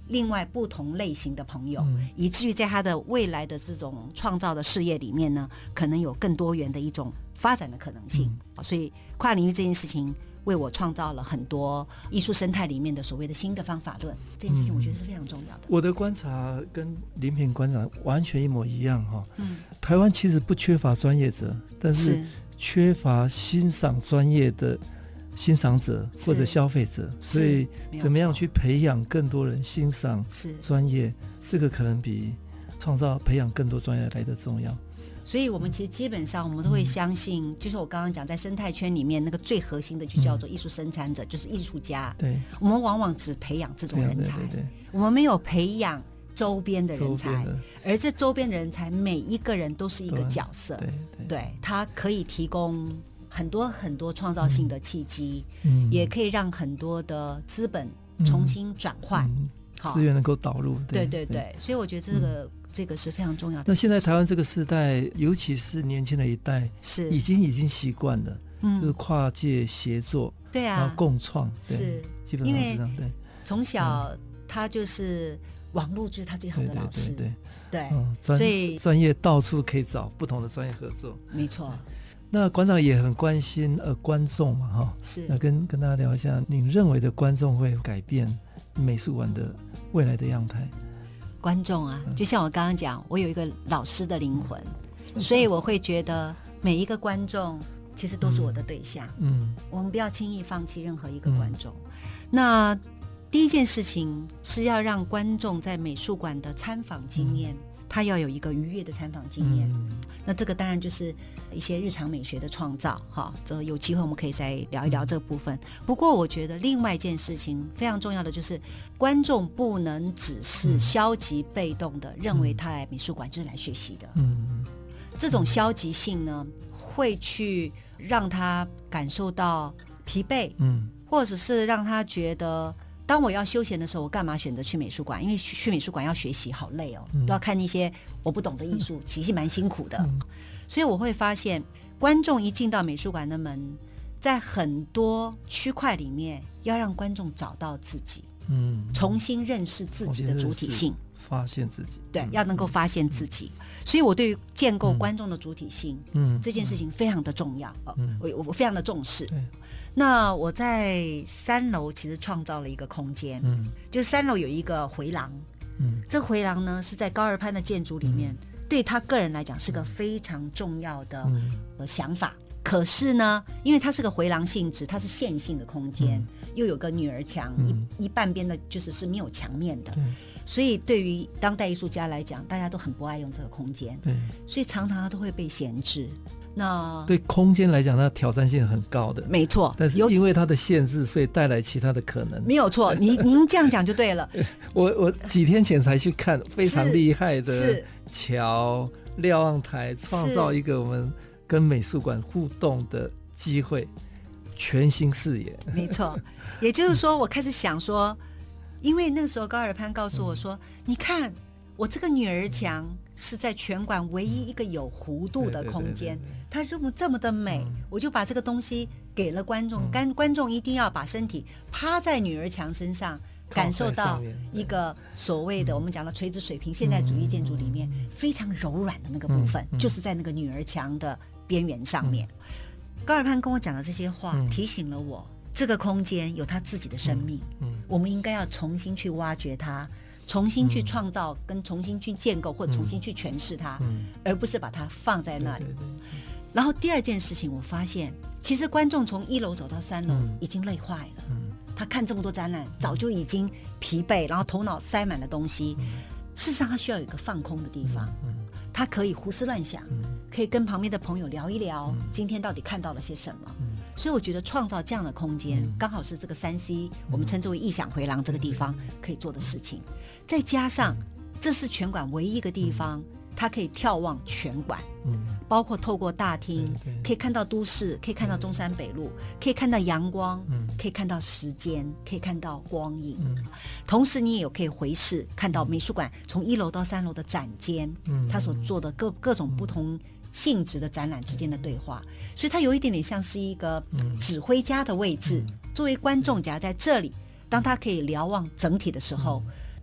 另外不同类型的朋友， 嗯、 以至于在他的未来的这种创造的事业里面呢，可能有更多元的一种发展的可能性。嗯、所以跨领域这件事情为我创造了很多艺术生态里面的所谓的新的方法论，这件事情我觉得是非常重要的。 嗯、我的观察跟林品馆长完全一模一样哈。 嗯， 台湾其实不缺乏专业者，但是缺乏欣赏专业的欣赏者或者消费者，所以怎么样去培养更多人欣赏专业，这个可能比创造培养更多专业来得重要。 所以我们其实基本上我们都会相信，嗯、就是我刚刚讲在生态圈里面那个最核心的就叫做艺术生产者，嗯、就是艺术家。对，我们往往只培养这种人才，对对对对，我们没有培养周边的人才，而这周边的人才每一个人都是一个角色，对，对，对，他可以提供很多很多创造性的契机，嗯、也可以让很多的资本重新转换， 嗯嗯、资源能够导入。 对对 对, 对，所以我觉得这个。嗯这个是非常重要的。 那现在台湾这个时代，尤其是年轻的一代，是已经已经习惯了，嗯，就是跨界协作， 对啊， 然后共创， 是基本上是这样。对， 从小他就是网络就是他最好的老师， 对对对， 嗯、所以专业到处可以找不同的专业合作， 没错。 那馆长也很关心呃观众嘛，哈，是。那跟跟大家聊一下，您认为的观众会改变美术馆的未来的样态？ 观众啊，就像我刚刚讲，我有一个老师的灵魂，嗯、所以我会觉得每一个观众其实都是我的对象。嗯，我们不要轻易放弃任何一个观众。嗯、那第一件事情是要让观众在美术馆的参访经验，嗯、他要有一个愉悦的参访经验。嗯、那这个当然就是一些日常美学的创造，哈，这有机会我们可以再聊一聊这个部分。嗯、不过我觉得另外一件事情非常重要的就是，观众不能只是消极被动的认为他来美术馆就是来学习的。嗯，这种消极性呢，会去让他感受到疲惫，嗯，或者是让他觉得，当我要休闲的时候，我干嘛选择去美术馆？因为去美术馆要学习好累哦，嗯、都要看一些我不懂的艺术，其实蛮辛苦的。嗯、所以我会发现，观众一进到美术馆的门，在很多区块里面，要让观众找到自己，嗯，重新认识自己的主体性， 发现自己， 对，嗯、要能够发现自己。嗯、所以我对于建构观众的主体性，嗯，这件事情非常的重要，嗯、我我非常的重视。那我在三楼其实创造了一个空间，嗯，就是三楼有一个回廊，嗯，这回廊呢是在高二潘的建筑里面，嗯、对他个人来讲是个非常重要的、嗯呃、想法。可是呢，因为它是个回廊性质，它是线性的空间，嗯、又有个女儿墙，嗯、一一半边的就是是没有墙面的，所以对于当代艺术家来讲，大家都很不爱用这个空间，所以常常它都会被闲置。那对空间来讲，它挑战性很高的， 没错。 但是因为它的限制，所以带来其他的可能， 没有错。您您这样讲就对了。 我我几天前才去看非常厉害的桥瞭望台，创造一个我们跟美术馆互动的机会，全新视野。 没错，也就是说，我开始想说，因为那个时候高尔潘告诉我说，嗯、你看我这个女儿墙是在全馆唯一一个有弧度的空间，它这么这么的美，嗯、我就把这个东西给了观众，观、嗯、观众一定要把身体趴在女儿墙身上，感受到一个所谓的我们讲的垂直水平现代主义建筑里面非常柔软的那个部分，嗯嗯、就是在那个女儿墙的边缘上面。嗯、高尔潘跟我讲的这些话，嗯、提醒了我，这个空间有它自己的生命，嗯嗯、我们应该要重新去挖掘它，重新去创造，跟重新去建构，或者重新去诠释它，嗯、而不是把它放在那里。对对对。然后第二件事情，我发现其实观众从一楼走到三楼已经累坏了，嗯、他看这么多展览，早就已经疲惫，然后头脑塞满了东西。嗯、事实上，他需要有一个放空的地方，嗯、他可以胡思乱想，嗯、可以跟旁边的朋友聊一聊，嗯、今天到底看到了些什么。嗯、所以我觉得创造这样的空间，嗯、刚好是这个三 C，嗯、我们称之为异想回廊这个地方可以做的事情。再加上，这是全馆唯一一个地方，嗯、它可以眺望全馆，嗯、包括透过大厅可以看到都市，可以看到中山北路，可以看到阳光，嗯、可以看到时间，可以看到光影，嗯、同时你也有可以回视看到美术馆从一楼到三楼的展间，嗯、它所做的各各种不同性质的展览之间的对话，所以它有一点点像是一个指挥家的位置，嗯、作为观众假如在这里，当他可以瞭望整体的时候，嗯、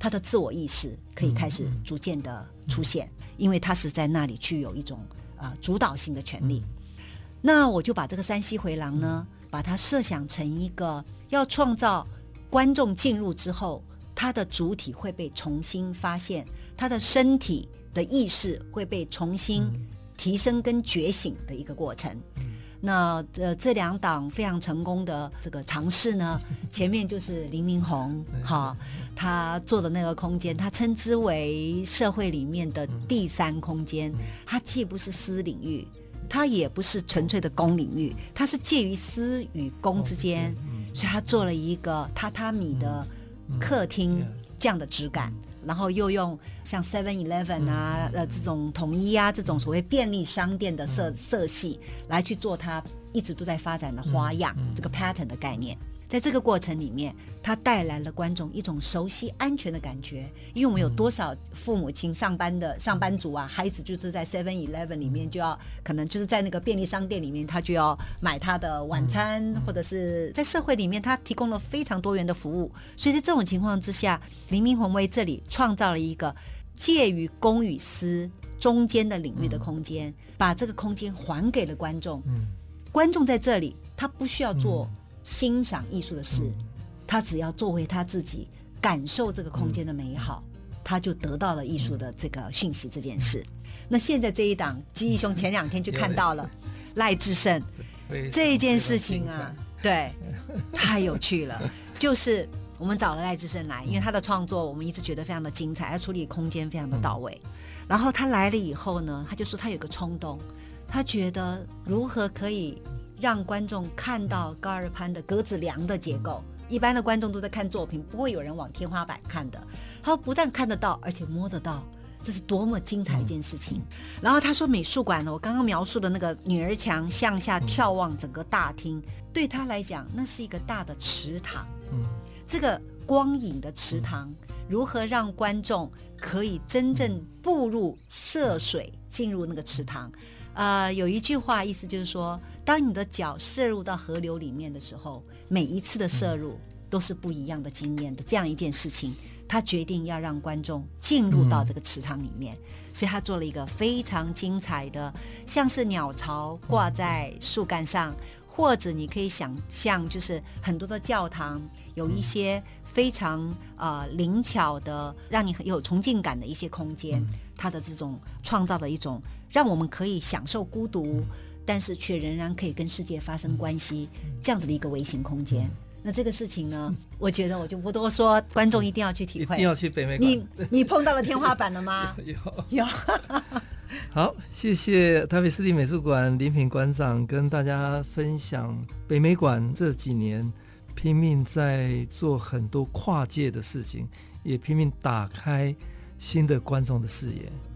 他的自我意识可以开始逐渐的出现，嗯、因为他是在那里具有一种呃主导性的权利。嗯、那我就把这个山西回廊呢，嗯、把它设想成一个要创造观众进入之后，他的主体会被重新发现，他的身体的意识会被重新提升跟觉醒的一个过程。嗯、那呃这两档非常成功的这个尝试呢，前面就是林明宏哈，他做的那个空间，他称之为社会里面的第三空间，它既不是私领域，它也不是纯粹的公领域，它是介于私与公之间，所以他做了一个榻榻米的客厅这样的质感。然后又用像 seven eleven 啊、呃这种统一啊这种所谓便利商店的色色系来去做它一直都在发展的花样，这个 pattern 的概念。在这个过程里面，它带来了观众一种熟悉安全的感觉，因为我们有多少父母亲上班的上班族啊，孩子就是在 seven eleven 里面就要可能就是在那个便利商店里面他就要买他的晚餐，或者是在社会里面他提供了非常多元的服务，所以在这种情况之下，林明宏为这里创造了一个介于公与私中间的领域的空间，把这个空间还给了观众。观众在这里他不需要做欣赏艺术的事，他只要做回他自己，感受这个空间的美好，他就得到了艺术的这个讯息这件事。那现在这一档记忆兄前两天就看到了赖智胜这件事情啊，对，太有趣了。就是我们找了赖智胜来，因为他的创作我们一直觉得非常的精彩，他处理空间非常的到位。然后他来了以后呢，他就说他有个冲动，他觉得如何可以让观众看到高尔潘的格子梁的结构，一般的观众都在看作品，不会有人往天花板看的。他不但看得到，而且摸得到，这是多么精彩一件事情。嗯、然后他说美术馆呢，我刚刚描述的那个女儿墙向下眺望整个大厅，对他来讲那是一个大的池塘。嗯、这个光影的池塘如何让观众可以真正步入涉水进入那个池塘。呃，有一句话意思就是说，当你的脚摄入到河流里面的时候，每一次的摄入都是不一样的经验的。这样一件事情，他决定要让观众进入到这个池塘里面，嗯、所以他做了一个非常精彩的，像是鸟巢挂在树干上，或者你可以想象，就是很多的教堂有一些非常呃灵巧的，让你很有崇敬感的一些空间，嗯、它的这种创造的一种让我们可以享受孤独，嗯、但是却仍然可以跟世界发生关系，嗯、这样子的一个微型空间。嗯、那这个事情呢，嗯、我觉得我就不多说，观众一定要去体会， 一定要去北美馆。 你你碰到了天花板了吗？ 有有。 好，谢谢台北市立美术馆林品馆长跟大家分享北美馆这几年拼命在做很多跨界的事情，也拼命打开新的观众的视野。